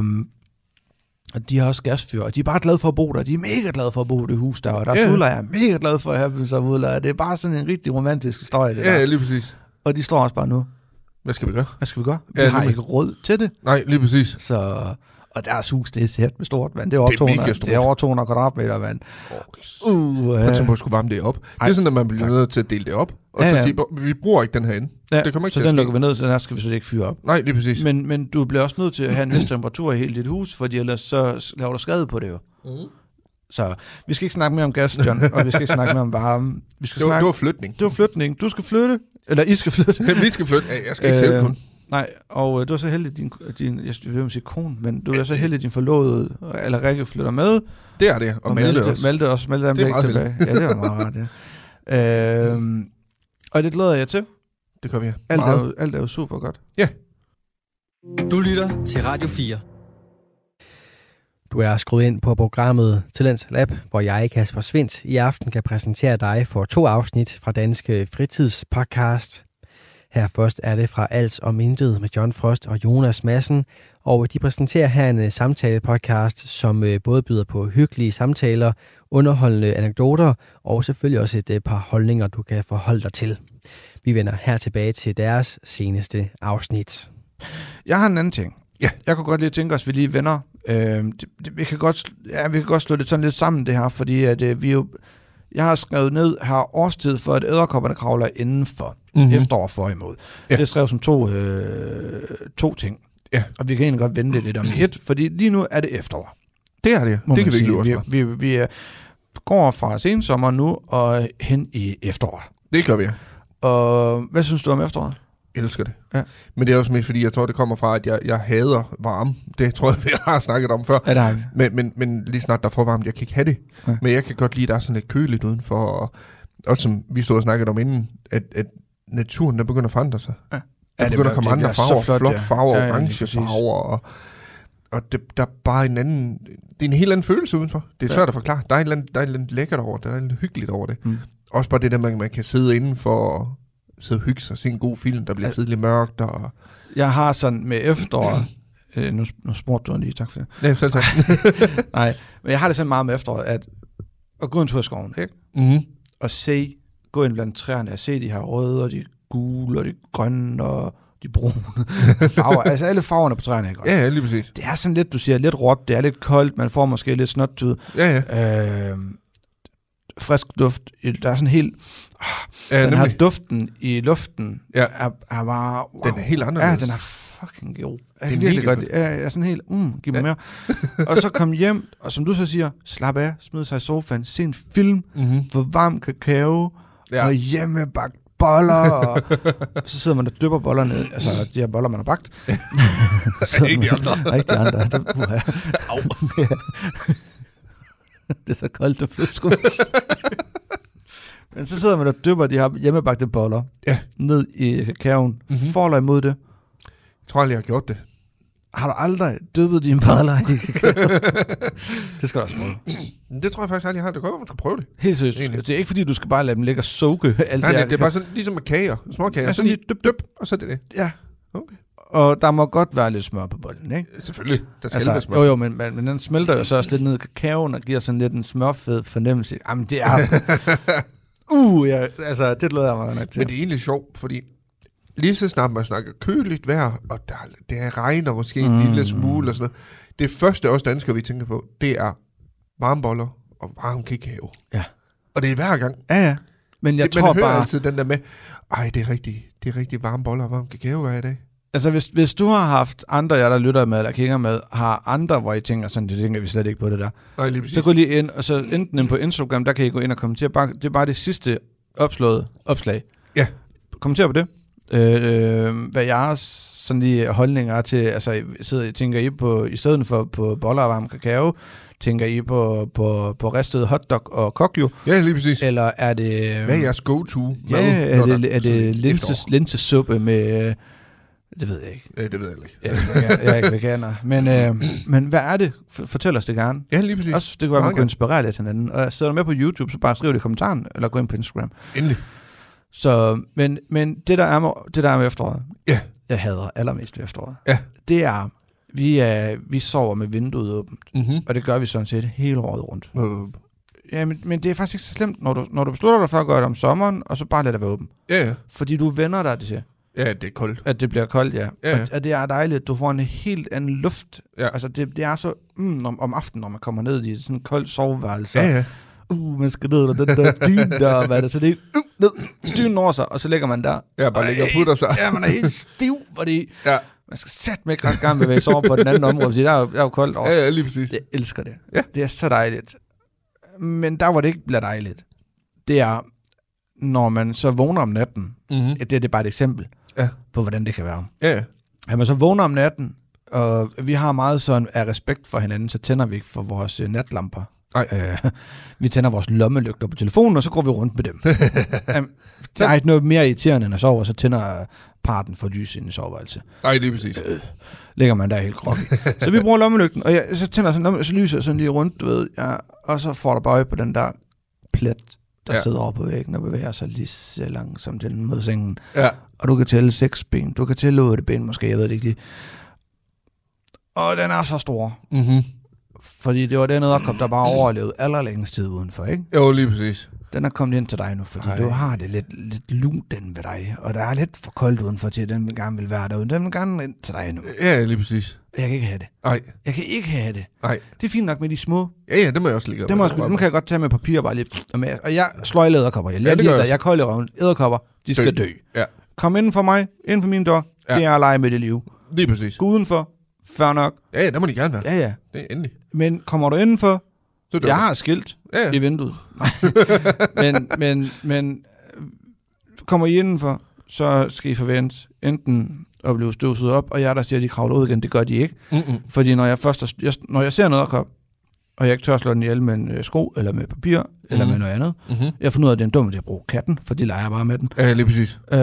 S2: de har også gasfyr, og de er bare glade for at bo der. De er mega glade for at bo i det hus der, og deres
S3: Ja.
S2: udlejer er mega glade for at have dem som udlejer. Det er bare sådan en rigtig romantisk historie, det
S3: Ja,
S2: der.
S3: ja, lige præcis.
S2: Og de står også bare nu.
S3: Hvad skal vi gøre?
S2: Hvad skal vi gøre? Vi
S3: Ja,
S2: har
S3: lige-
S2: ikke råd til det.
S3: Nej, lige præcis.
S2: Så, og deres hus, det er sæt med stort vand. Det er over,
S3: Det er mega
S2: to hundrede,
S3: stort.
S2: det er over to hundrede kvadratmeter vand.
S3: Oh,
S2: Uh,
S3: Prøv at tænke på at skulle varme det op. Det
S2: Ej,
S3: er sådan, at man bliver
S2: tak.
S3: nødt til at dele det op. Og
S2: Ja,
S3: så
S2: ja.
S3: sige, vi bruger ikke den her ende.
S2: ja,
S3: det kommer ikke
S2: så
S3: til at
S2: den
S3: ske.
S2: lukker vi ned, så den her skal vi så ikke fyre op.
S3: Nej, lige præcis.
S2: Men, men du bliver også nødt til at have en vis temperatur i hele dit hus, fordi ellers så laver du skade på det jo.
S3: Mm.
S2: Så vi skal ikke snakke mere om gas, John, og vi skal ikke snakke mere om varme. Vi skal
S3: Det, var,
S2: snakke...
S3: det var flytning.
S2: det var flytning. Du skal flytte. Eller I skal flytte.
S3: Vi skal flytte. Ja, jeg skal ikke selv
S2: Øh,
S3: kun.
S2: Nej, og øh, du er så heldig, din, din jeg vil ikke sige kone, men du er så heldig, din forlovede, eller Rikke flytter med.
S3: Det er det. Og, og Malte også.
S2: Malte også. Malte er
S3: Det er
S2: ikke
S3: meget
S2: tilbage. Ja, det var meget rart, ja. øhm, og det glæder jeg til.
S3: Det gør vi.
S2: Alt er,
S3: Meget.
S2: jo, alt er jo super godt.
S1: Du lytter til Radio fire. Du er skruet ind på programmet Talents Lab, hvor jeg, Kasper Svindt, i aften kan præsentere dig for to afsnit fra Danske Fritidspodcast. Her først er det fra Alt om Intet med John Frost og Jonas Madsen, og de præsenterer her en samtale-podcast, som både byder på hyggelige samtaler, underholdende anekdoter og selvfølgelig også et par holdninger, du kan forholde dig til. Vi vender her tilbage til deres seneste afsnit.
S2: Jeg har en anden ting.
S3: Ja.
S2: Jeg kunne godt lige tænke os, at vi lige vender. Øh, det, det, vi, kan godt, ja, vi kan godt slå det sådan lidt sammen, det her, fordi at, øh, vi jo, jeg har skrevet ned her årstid for, at edderkopperne kravler indenfor. Mm-hmm. Efterår for imod.
S3: Ja.
S2: Det er skrevet som to, øh, to ting.
S3: Ja.
S2: Og vi kan egentlig godt vente lidt om et, fordi lige nu er det efterår.
S3: Det er det.
S2: Må
S3: Det
S2: man
S3: kan vi ikke
S2: sige.
S3: løbe os
S2: vi,
S3: fra.
S2: vi, vi, vi går fra sensommer nu og hen i efterår.
S3: Det gør vi.
S2: Og hvad synes du om efteråret?
S3: Jeg elsker det.
S2: Ja.
S3: Men det er også mest fordi, jeg tror, det kommer fra, at jeg, jeg hader varme. Det tror jeg, vi har snakket om før.
S2: Ja, det har vi.
S3: Men, men, men lige snart der er for varmt, jeg kan ikke have det.
S2: Ja.
S3: Men jeg kan godt lide, at der er sådan lidt køligt udenfor. Og også som vi stod og snakkede om inden, at, at naturen, der begynder at forandre sig.
S2: Ja.
S3: Der
S2: Ja, det
S3: begynder at
S2: bliver-
S3: komme
S2: det
S3: andre
S2: bliver så
S3: farver,
S2: flot,
S3: flot
S2: ja.
S3: farver,
S2: Ja, ja, lige
S3: orange
S2: præcis.
S3: farver. Og, og det, der er bare en anden, det er en helt anden følelse udenfor. Det er
S2: Ja.
S3: svært at forklare. Der er en eller anden, der er en eller anden lækkert over det. Der er en eller anden hyggeligt over det.
S2: Mm.
S3: Også bare det der, man, man kan sidde indenfor og sidde og hygge sig og se en god film, der bliver
S2: Ja.
S3: siddet lidt mørkt. Og...
S2: Jeg har sådan med efteråret, øh, nu, nu spurgte du lige, tak for det.
S3: Ja, selv tak.
S2: Nej, men jeg har det sådan meget med efteråret, at at gå en tur i skoven, ikke?
S3: mm-hmm.
S2: Og se, gå ind blandt træerne og se de her røde, og de gule, og de grønne, og de brune farver. Altså alle farverne på træerne, ikke?
S3: Ja, ja, lige præcis.
S2: Det er sådan lidt, du siger, lidt råt, det er lidt koldt, man får måske lidt snottud.
S3: Ja, ja.
S2: Øh, frisk duft, der er sådan helt...
S3: ja
S2: den her
S3: nemlig.
S2: duften i luften
S3: Ja.
S2: er, er bare... Wow.
S3: Den er helt anderledes.
S2: Ja, den er fucking god. Jeg
S3: er
S2: kan virkelig
S3: mega
S2: godt. Jeg er sådan helt, mm, giv mig
S3: Ja.
S2: mere. Og så kom hjem, og som du så siger, slap af, smid sig i sofaen, se en film,
S3: Mm-hmm.
S2: få varm kakao,
S3: Ja.
S2: og hjemmebagt boller, og så sidder man og dypper bollerne, altså de her boller, man har bagt. Så-
S3: Ikke de andre.
S2: Ikke de andre. Det, uha. Det er så koldt, det flysker. Men så sidder man og dypper de her hjemmebagte boller
S3: Ja.
S2: ned i kakaoen,
S3: Mhm.
S2: mm-hmm. forler imod det.
S3: Jeg tror aldrig, jeg har gjort det.
S2: Har du aldrig dyppet dine boller i kakao? Det skal du også prøve.
S3: Det tror jeg faktisk aldrig, jeg har. Det kan godt være, man skal prøve det.
S2: Helt seriøst.
S3: Egentlig.
S2: Det er ikke fordi, du skal bare lade dem ligge og soke alt
S3: Nej,
S2: det
S3: nej,
S2: her
S3: det er bare sådan, ligesom med kager. Små kager.
S2: Ja,
S3: sådan
S2: sådan
S3: lige dyp, dyp, og så er det det.
S2: Ja.
S3: Okay.
S2: Og der må godt være lidt smør på bollen, ikke?
S3: Selvfølgelig. Der skal
S2: Altså,
S3: være smør.
S2: jo, jo, men, men, men den smelter jo så også lidt ned i kakaoen og giver sådan lidt en smørfed fornemmelse. Jamen, det er... Uh, ja, altså, det glæder jeg mig nok til.
S3: Men det er egentlig sjovt, fordi lige så snart man snakker køligt vejr, og der, der regner måske en
S2: Mm.
S3: lille smule og sådan noget. Det første os danskere, vi tænker på, det er varmeboller og varm kakao.
S2: Ja.
S3: Og det er hver gang.
S2: Ja, ja. Men jeg
S3: det,
S2: tror
S3: man hører
S2: bare...
S3: altid den der med, ej, det er rigtig, det er rigtig varme boller og varm kakao hver i dag.
S2: Altså, hvis, hvis du har haft andre, jeg der lytter med, eller kigger med, har andre, hvor I tænker sådan, det tænker vi slet ikke på det der.
S3: Nej, lige præcis.
S2: Så gå lige ind, og så enten ind på Instagram, der kan I gå ind og kommentere. Bare, det er bare det sidste opslåede opslag.
S3: Ja.
S2: Kommenter på det. Øh, hvad jeres sådan lige holdninger er til, altså sidder, tænker I på, i stedet for på boller og varm kakao, tænker I på, på, på ristet hotdog og kokjo?
S3: Ja, lige præcis.
S2: Eller er det...
S3: Hvad er jeres go-to?
S2: Ja, er det, er det linses, linsesuppe med... Det ved jeg ikke.
S3: Ja, det ved jeg ikke.
S2: Ja, jeg, jeg er ikke veganer. Men, øh, men hvad er det? Fortæl os det gerne.
S3: Ja, lige præcis.
S2: Også, det kan være, at man kan inspirere lidt til hinanden. Og sidder du med på YouTube, så bare skriv det i kommentaren, eller gå ind på Instagram.
S3: Endelig.
S2: Så, men, men det, der er med, det der er med efteråret,
S3: ja.
S2: jeg hader allermest ved efteråret,
S3: ja.
S2: det er, vi, er, vi sover med vinduet åbent.
S3: Mm-hmm.
S2: Og det gør vi sådan set hele året rundt.
S3: Uh.
S2: Ja, men, men det er faktisk ikke så slemt, når du, når du beslutter dig for at gøre det om sommeren, og så bare lade det være åbent.
S3: Ja, ja.
S2: Fordi du vender dig til.
S3: Ja, det er koldt.
S2: At det bliver koldt, ja.
S3: ja, ja.
S2: Og, og det er dejligt. Du får en helt anden luft. Ja. Altså, det, det er så mm, om, om aftenen, når man kommer ned i sådan en kold soveværelse.
S3: Ja, ja.
S2: Uh, man skal ned under den der dyne der, hvad er det? Så det er uh, ned, dynen over sig, og så ligger man der.
S3: Ja, bare ligger og putter sig.
S2: Ja, man er helt stiv, fordi
S3: ja.
S2: man skal sætte med ikke ret gang bevæge sig over på den anden område, fordi der er jo, der er jo koldt over.
S3: Ja, ja, lige præcis.
S2: Jeg elsker det.
S3: Ja.
S2: Det er så dejligt. Men der, hvor det ikke bliver dejligt, det er, når man så vågner om natten.
S3: Mm-hmm.
S2: Det er det bare et eksempel.
S3: Ja.
S2: På hvordan det kan være.
S3: Ja.
S2: At man så vågner om natten, og vi har meget sådan af respekt for hinanden, så tænder vi ikke for vores uh, natlamper.
S3: Nej.
S2: Uh, vi tænder vores lommelygter på telefonen, og så går vi rundt med dem. um, der er ikke noget mere irriterende end at sove, og så tænder parten for lys ind i soveværelse.
S3: Nej, lige præcis.
S2: Øh, ligger man der helt krok. Så vi bruger lommelygten, og jeg, så tænder sådan, så lyser jeg sådan lige rundt, du ved, ja, og så får der bare øje på den der plet, der ja. sidder over på væggen og bevæger sig lige så langsomt til mod sengen.
S3: Ja.
S2: Og du kan tælle seks ben, du kan tælle otte ben måske, jeg ved det ikke lige. Og den er så stor.
S3: Mm-hmm.
S2: Fordi det var den edderkop, der bare overlevede allerlængst tid udenfor, ikke?
S3: Jo, lige præcis.
S2: Den er kommet ind til dig nu, fordi Ej. du har det lidt, lidt lunt den ved dig. Og der er lidt for koldt udenfor til, at den vil gerne vil være derude. Den vil gerne ind til dig nu.
S3: Ja, lige præcis.
S2: Jeg kan ikke have det.
S3: Nej.
S2: Jeg kan ikke have det.
S3: Nej.
S2: Det er fint nok med de små.
S3: Ja, ja, det må jeg også ligge.
S2: Det må jeg, dem kan jeg godt tage med papir bare lidt. Og jeg slår i æderkopper. Jeg lærer ja, lige, der. Jeg er kold i røven. Æderkopper, de skal dø. dø.
S3: Ja.
S2: Kom inden for mig, inden for min dør. Ja. Det er at lege med det liv.
S3: Lige præcis.
S2: Gå udenfor. Før nok.
S3: Ja, ja, der må de gerne være.
S2: Ja, ja.
S3: Det er endelig.
S2: Men kommer du indenfor?
S3: Det
S2: jeg har skilt
S3: ja, ja.
S2: i vinduet. men, men, men kommer I indenfor, så skal I forvente enten at blive støvsuget op, og jeg der siger, at de kravler ud igen. Det gør de ikke. Mm-mm. Fordi når jeg først er, jeg, når jeg ser noget kop, og jeg ikke tør slå den ihjel med en øh, sko, eller med papir, mm-hmm. eller med noget andet. Mm-hmm. Jeg finder ud af, at det er en dum, at jeg bruger katten, for de leger bare med den.
S3: Ja, lige præcis.
S2: Øh,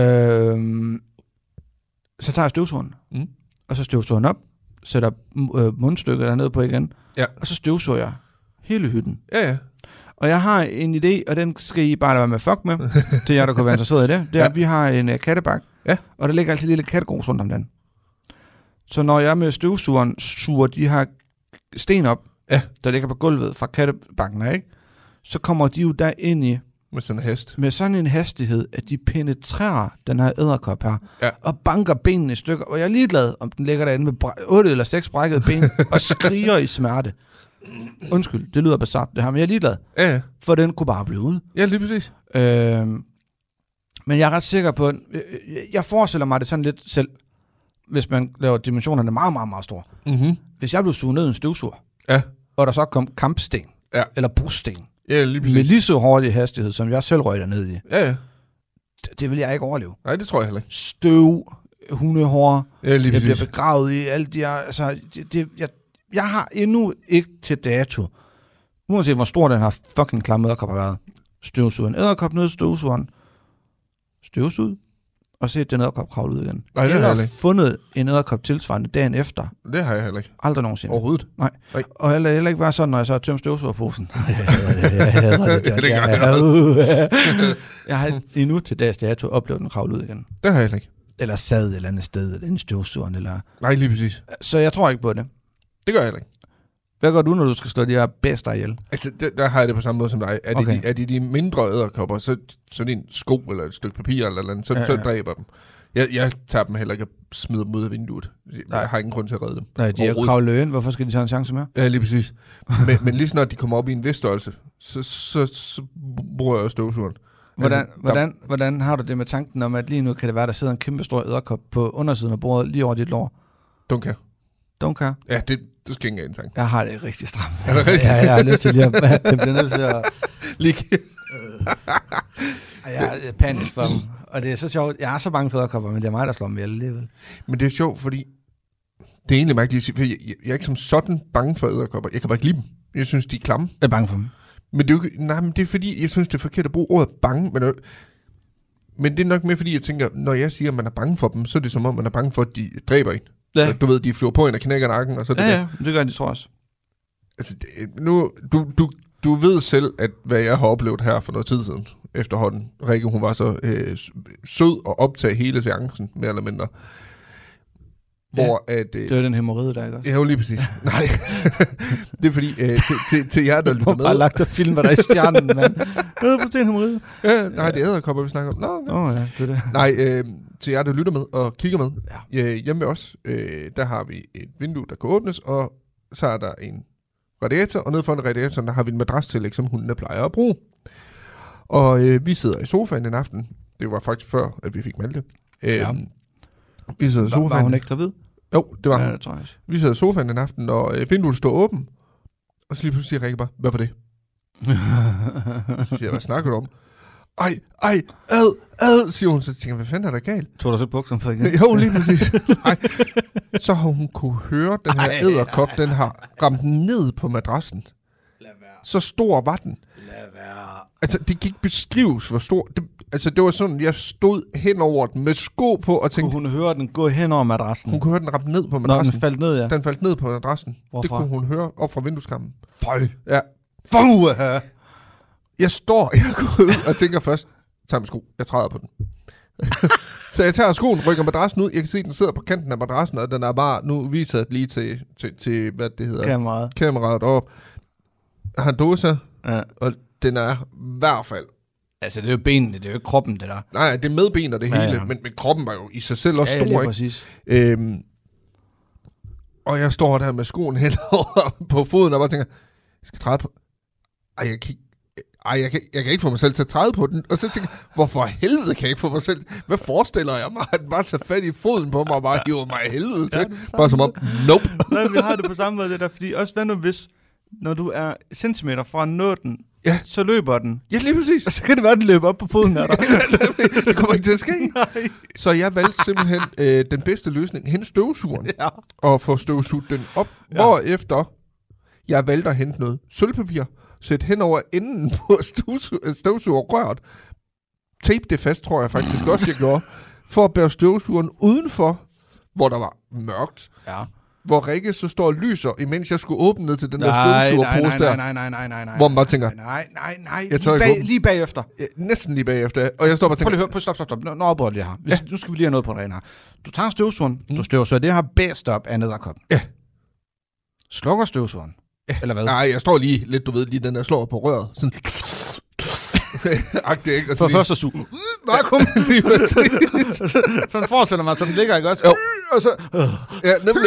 S2: så tager jeg støvsugeren, mm. og så støvsuger den op, sætter øh, mundstykket dernede på igen,
S3: ja.
S2: og så støvsuger jeg hele hytten.
S3: Ja, ja.
S2: Og jeg har en idé, og den skal I bare lade være med fuck med, til jer, der kunne være interesseret i det. Det er, ja. at vi har en uh, kattebak,
S3: ja.
S2: og der ligger altid lille kattegrus rundt om den. Så når jeg med støvsugeren suger de her sten op, ja. der ligger på gulvet fra kattebakken, ikke? Så kommer de jo der ind i
S3: med sådan en hast.
S2: Med sådan en hastighed, at de penetrerer den her edderkop her,
S3: ja.
S2: og banker benene i stykker. Og jeg er ligeglad, om den ligger derinde med otte eller seks brækkede ben, og skriger i smerte. Undskyld, det lyder bizarrt det her, men jeg er ligeglad.
S3: Ja, ja.
S2: For den kunne bare blive ude.
S3: Ja, lige præcis.
S2: Øhm, men jeg er ret sikker på, jeg, jeg forestiller mig det sådan lidt selv, hvis man laver dimensionerne meget, meget, meget store. Mm-hmm. Hvis jeg blev suget ned i en støvsuger,
S3: ja.
S2: og der så kom kampsten,
S3: ja.
S2: eller brugsten,
S3: ja, lige præcis.
S2: med lige så hurtig hastighed, som jeg selv røg derned i.
S3: Ja, ja.
S2: Det, det vil jeg ikke overleve.
S3: Nej, det tror jeg heller ikke.
S2: Støv, hundehår,
S3: ja, lige
S2: jeg bliver begravet i alt de her, altså, det, det, jeg, jeg har endnu ikke til dato, uanset hvor stor den her fucking klamme edderkop har været, støvsuget en edderkop ned i støvsugeren, støvsuget, og set den edderkop kravle ud igen.
S3: Nej, det
S2: eller
S3: har jeg ikke.
S2: fundet en edderkop tilsvarende dagen efter.
S3: Det har jeg heller ikke.
S2: Aldrig nogensinde.
S3: Overhovedet?
S2: Nej.
S3: Nej.
S2: Og heller, heller ikke være sådan, når jeg så har tømt støvsugerposen. Jeg har endnu til dags dato oplevet den kravle ud igen.
S3: Det har jeg heller ikke.
S2: Eller sad et eller andet sted, eller en støvsugeren, eller...
S3: Nej, lige præcis.
S2: Så jeg tror ikke på det.
S3: Det gør jeg heller ikke.
S2: Hvad gør du, når du skal slå de her bæster ihjel?
S3: Altså, der, der har jeg det på samme måde som dig. Er,
S2: Okay.
S3: det, de, er det de mindre edderkopper, så sådan en sko eller et stykke papir eller noget, så,
S2: Ja, ja.
S3: så dræber dem. Jeg, jeg tager dem heller ikke og smider dem ud af vinduet. Jeg
S2: Nej.
S3: har ingen grund til at redde dem.
S2: Nej, de er
S3: Overhovedet.
S2: kravlet ind. Hvorfor skal de tage en chance mere?
S3: Ja, lige præcis. men, men lige snart de kommer op i en vis størrelse, så, så, så bruger jeg også støvsugeren.
S2: Hvordan,
S3: Altså, der-
S2: hvordan, hvordan har du det med tanken om, at lige nu kan det være, der sidder en kæmpe stor edderkop på undersiden af bordet lige over dit lår?
S3: Don't care.
S2: Don't care.
S3: Ja, det, det skal ikke engang tanke.
S2: Jeg har det rigtig stramt.
S3: Er det rigtigt?
S2: Ja, jeg har lyst til lige at... Jeg bliver nødt til at...
S3: Lige.
S2: Jeg er panisk for dem. Og det er så sjovt. Jeg er så bange for edderkopper, men det er mig, der slår dem ihjel alligevel.
S3: Men det er sjovt, fordi det er egentlig mærkeligt at sige, for jeg, jeg, jeg er ikke som sådan bange for edderkopper. Jeg kan bare ikke lide dem. Jeg synes, de er klamme.
S2: Jeg er bange for dem.
S3: Men det er jo ikke, nej, men det er fordi, jeg synes, det er forkert at bruge ordet bange. Men, men det er nok mere fordi, jeg tænker, når jeg siger, at man er bange for dem, så er det som om, man er bange for, at de dræber en.
S2: Ja.
S3: Så, du ved, de flyver på en og knækker nakken, og så er det
S2: Ja,
S3: der.
S2: ja, det gør de, tror jeg også.
S3: Altså, det, nu, du, du, du ved selv, at hvad jeg har oplevet her for noget tid siden, efterhånden. Rikke, hun var så øh, sød at optage hele seancen, mere eller mindre. Hvor at... Øh,
S2: Det er den hemorrhide, der ikke også?
S3: ja, jo lige præcis. Nej, det er fordi, øh, til, til, til jer, der
S2: Du
S3: lytter
S2: har bare
S3: med...
S2: lagt og filmer dig i stjernen, mand. Jeg har forstået en hemorrhide.
S3: Ja, nej, det er edderkopper, vi snakker om. Nå,
S2: Åh oh, ja, det er det.
S3: nej, øh, til jer, der lytter med og kigger med.
S2: Ja.
S3: Øh, hjemme ved os, øh, der har vi et vindue, der kan åbnes, og så er der en radiator, og nede foran radiatoren, der har vi en madras-tillæg, som hundene plejer at bruge. Og øh, vi sidder i sofaen en aften. Det var faktisk før, at vi fik Malte. Øh,
S2: Ja.
S3: Vi sidder i
S2: Var,
S3: sofaen.
S2: var hun ikke gravid?
S3: Jo, det var
S2: Ja,
S3: hun.
S2: det tror jeg.
S3: Vi sidder i sofaen en aften, og øh, vinduet står åben. Og så lige pludselig siger Rikke bare, hvad var det? Så siger jeg, hvad snakker du om? Ej, ej, ad, ad, siger hun. Så tænker jeg, hvad fanden er der galt?
S2: Tog du så bukserne for igen?
S3: Jo, lige præcis. Ej. Så har hun kunne høre, den her
S2: Ej,
S3: edderkop, den har ramt ned på madrassen.
S2: Lad være.
S3: Så stor var den.
S2: Lad være.
S3: Altså, det kan ikke beskrives, hvor stor... Det, altså, det var sådan, jeg stod hen over den med sko på og
S2: Kunne
S3: tænkte,
S2: hun høre den gå hen over madrassen?
S3: hun kunne høre den ramme ned på
S2: Når
S3: madrassen.
S2: den faldt ned, ja.
S3: Den faldt ned på madrassen.
S2: Hvorfra?
S3: Det kunne hun høre op fra vindueskammen.
S2: Føj.
S3: Ja.
S2: Fuh!
S3: Jeg står, jeg går ud og tænker først, tag min sko, jeg træder på den. Så jeg tager skoen, rykker madrassen ud. Jeg kan se, den sidder på kanten af madrassen, og den er bare, nu viser jeg lige til, til, til hvad det hedder,
S2: Kameraet.
S3: kameraet op. Jeg har en dåse,
S2: Ja.
S3: og den er i hvert fald,
S2: Altså, det er jo benene, det er jo ikke kroppen, det der.
S3: nej, det er med ben og det
S2: Ja,
S3: hele,
S2: ja.
S3: Men, men kroppen var jo i sig selv også
S2: ja,
S3: stor,
S2: lige
S3: ikke?
S2: præcis.
S3: Øhm, og jeg står der med skoen hen over på foden, og bare tænker, jeg skal træde på, ej, jeg kan ikke, Ej, jeg kan, jeg kan ikke få mig selv til at træde på den. Og så tænker jeg, hvorfor helvede kan jeg ikke få mig selv? Hvad forestiller jeg mig? At den bare tager fat i foden på mig og bare hiver mig i helvede til? Bare som om, nope.
S2: Nej, vi har det på samme måde, det der, fordi også hvad nu hvis, når du er centimeter fra at nå den,
S3: Ja.
S2: så løber den.
S3: Ja, lige præcis.
S2: Og så kan det være, at den løber op på foden af dig.
S3: Det kommer ikke til at ske.
S2: Nej.
S3: Så jeg valgte simpelthen øh, den bedste løsning, hen støvsugeren,
S2: Ja.
S3: og få støvsuget den op.
S2: Ja.
S3: Hvorefter jeg valgte at hente noget sølvpapir, sætte hen over enden på støvsu- støvsugerrøret, tape det fast, tror jeg faktisk også, jeg gjorde, for at bære støvsugeren udenfor, hvor der var mørkt.
S2: Ja.
S3: Hvor Rikke så står og lyser, imens jeg skulle åbne ned til den der
S2: Nej, nej,
S3: støvsugerpose
S2: nej,
S3: der.
S2: nej, nej, nej, nej, nej.
S3: Hvor man bare tænker,
S2: Nej, nej, nej.
S3: Jeg tør
S2: Lige,
S3: ikke
S2: bag,
S3: åbne.
S2: lige bagefter.
S3: Ja, næsten lige bagefter. Og jeg står bare og
S2: Prøv lige
S3: tænker,
S2: at høre. Prøv, stop, stop, stop. Nå, nå opbrød det her. Hvis,
S3: Ja.
S2: Nu skal vi lige have noget på det rene her. Du tager støvsugeren.
S3: Mm.
S2: Du støvsuger det her bedst op af nederkoppen.
S3: Ja.
S2: Slukker støvsugeren.
S3: Ja.
S2: Eller hvad?
S3: nej, jeg står lige lidt, du ved, lige den der slår på røret. Sådan. Agtigt, ikke? Og så
S2: For
S3: lige-
S2: først at suge.
S3: Nej, kom lige præcis.
S2: Sådan forestiller mig, så den ligger, ikke også?
S3: Jo, og så... Ja, nemlig.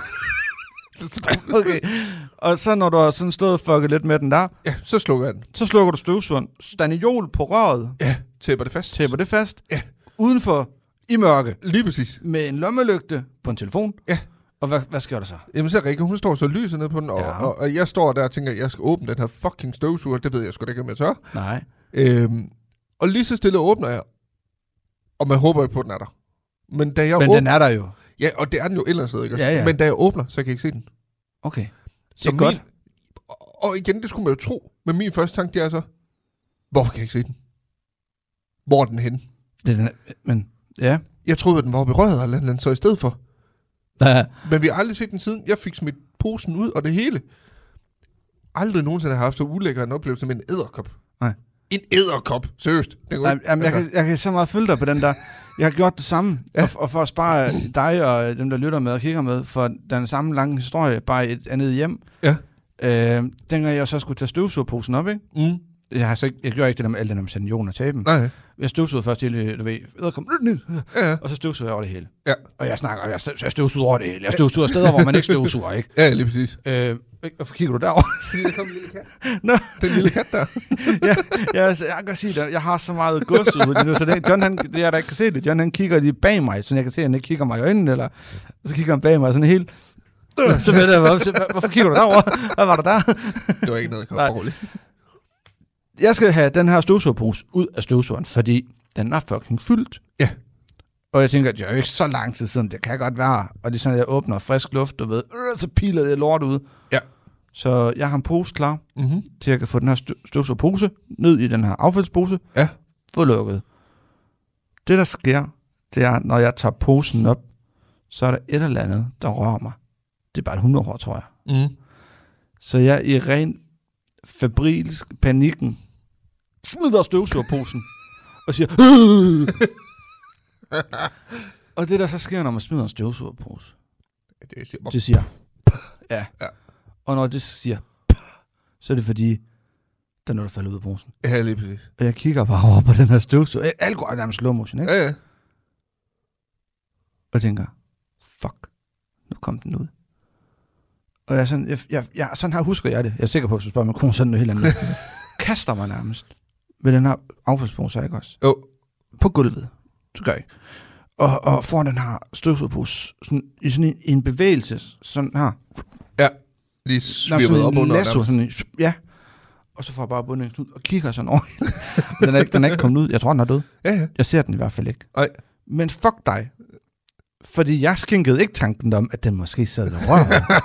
S2: Okay. Og så når du har sådan stået og fucket lidt med den der,
S3: Ja, så slukker jeg den.
S2: så slukker du støvsugeren. Staniol på røret.
S3: Ja, tæpper det fast.
S2: Tæpper det fast.
S3: Ja.
S2: Udenfor. I mørke.
S3: Lige præcis.
S2: Med en lommelygte på en telefon.
S3: Ja.
S2: Og hvad, hvad sker der så?
S3: Jamen så Rikke, hun står så lyset ned på den, og,
S2: Ja.
S3: ja. og, og jeg står der og tænker, at jeg skal åbne den her fucking støvsuger. Det ved jeg sgu da ikke, om jeg tør.
S2: Nej.
S3: Øhm, og lige så stille åbner jeg, og man håber ikke på, at den er der. Men da jeg
S2: Men
S3: åbner...
S2: den er der jo.
S3: Ja, og det er den jo et eller andet sted, ikke?
S2: Ja, ja.
S3: Men da jeg åbner, så kan jeg ikke se den.
S2: Okay.
S3: Så
S2: Det er godt.
S3: Og, og igen, det skulle man jo tro. Men min første tanke, det er så, hvorfor kan jeg ikke se den? Hvor er den henne?
S2: Den er, men, ja.
S3: Jeg troede, at den var oppe i røret eller andet, så i stedet for.
S2: Ja.
S3: Men vi har aldrig set den siden. Jeg fik smidt posen ud, og det hele. Aldrig nogensinde har haft så ulækker en oplevelse med en edderkop.
S2: Nej.
S3: En edderkop, seriøst. Den går
S2: Nej,
S3: ikke-
S2: jamen, jeg,
S3: altså,
S2: kan, jeg kan så meget følge dig på den der. Jeg har gjort det samme,
S3: Ja.
S2: ja. og, og for at spare dig og dem, der lytter med og kigger med, for den samme lange historie, bare i et andet hjem.
S3: Ja.
S2: Øh, dengang jeg så skulle tage støvsugerposen op, ikke?
S3: Mm.
S2: Jeg, har så ikke, jeg gjorde ikke det der med alt det der med sandioner og taben.
S3: Nej.
S2: Jeg støvsugede først hele, du ved, edderkom,
S3: Ja, ja.
S2: og så støvsugede jeg over det hele.
S3: Ja.
S2: Og jeg snakker, jeg, støv, jeg støvsuger over det hele. Jeg støvsuger steder, hvor man ikke støvsuger, ikke?
S3: Ja, lige præcis.
S2: Øh, hvorfor kigger du derover?
S3: Så der kom en lille kat.
S2: Nå.
S3: Den lille kat der.
S2: ja, jeg, jeg kan sige det. Jeg har så meget gods ud lige nu, så det, John, han, det er der ikke kan se det. John, han kigger lige bag mig, så jeg kan se, at han ikke kigger mig i øjnene, eller så kigger han bag mig sådan helt... Så ved jeg, hvorfor, hvorfor kigger du derover? Hvad var der der?
S3: Det var ikke noget, jeg kom roligt.
S2: Jeg skal have den her støvsugerpose ud af støvsugeren, fordi den er fucking fyldt.
S3: Ja.
S2: Og jeg tænker, at det er jo ikke så lang tid siden, det kan godt være. Og det er sådan, at jeg åbner frisk luft, du ved, øh, så piler det lort ud.
S3: Ja.
S2: Så jeg har en pose klar,
S3: Mm-hmm.
S2: til at jeg kan få den her støv- støvsugerpose ned i den her affaldspose.
S3: Ja.
S2: Få lukket. Det, der sker, det er, når jeg tager posen op, så er der et eller andet, der rører mig. Det er bare et hundrede år, tror jeg.
S3: Mm.
S2: Så jeg i ren febrilsk panikken smider støvsugerposen og siger øh! Og det der så sker, når man smider en støvsugerpose,
S3: Det siger,
S2: det siger ja.
S3: Ja.
S2: Og når det siger så er det fordi der er noget, der falder ud af posen.
S3: Ja, lige præcis.
S2: Og jeg kigger bare over på den her støvsuger. Alt går nærmest slow motion, ikke?
S3: Ja, ja.
S2: Og tænker, fuck, nu kom den ud. Og jeg sådan, jeg, jeg, jeg, sådan her husker jeg det. Jeg er sikker på, at hvis du spørger mig, kunne sådan noget helt andet. Kaster mig nærmest med den her affaldspose, ikke også?
S3: Jo.
S2: På gulvet. Så gør jeg. Og, og får den her støvsugerpose sådan, i sådan en, en bevægelse, sådan her.
S3: Ja. Lige svirpet op under.
S2: Lasso, sådan en, ja. Og så får jeg bare bundet ud og kigger sådan over. den, er ikke, den er ikke kommet ud. Jeg tror, den er død.
S3: Ja, ja.
S2: Jeg ser den i hvert fald ikke.
S3: Nej.
S2: Men fuck dig. Fordi jeg skænkede ikke tanken om, at den måske sad og rører.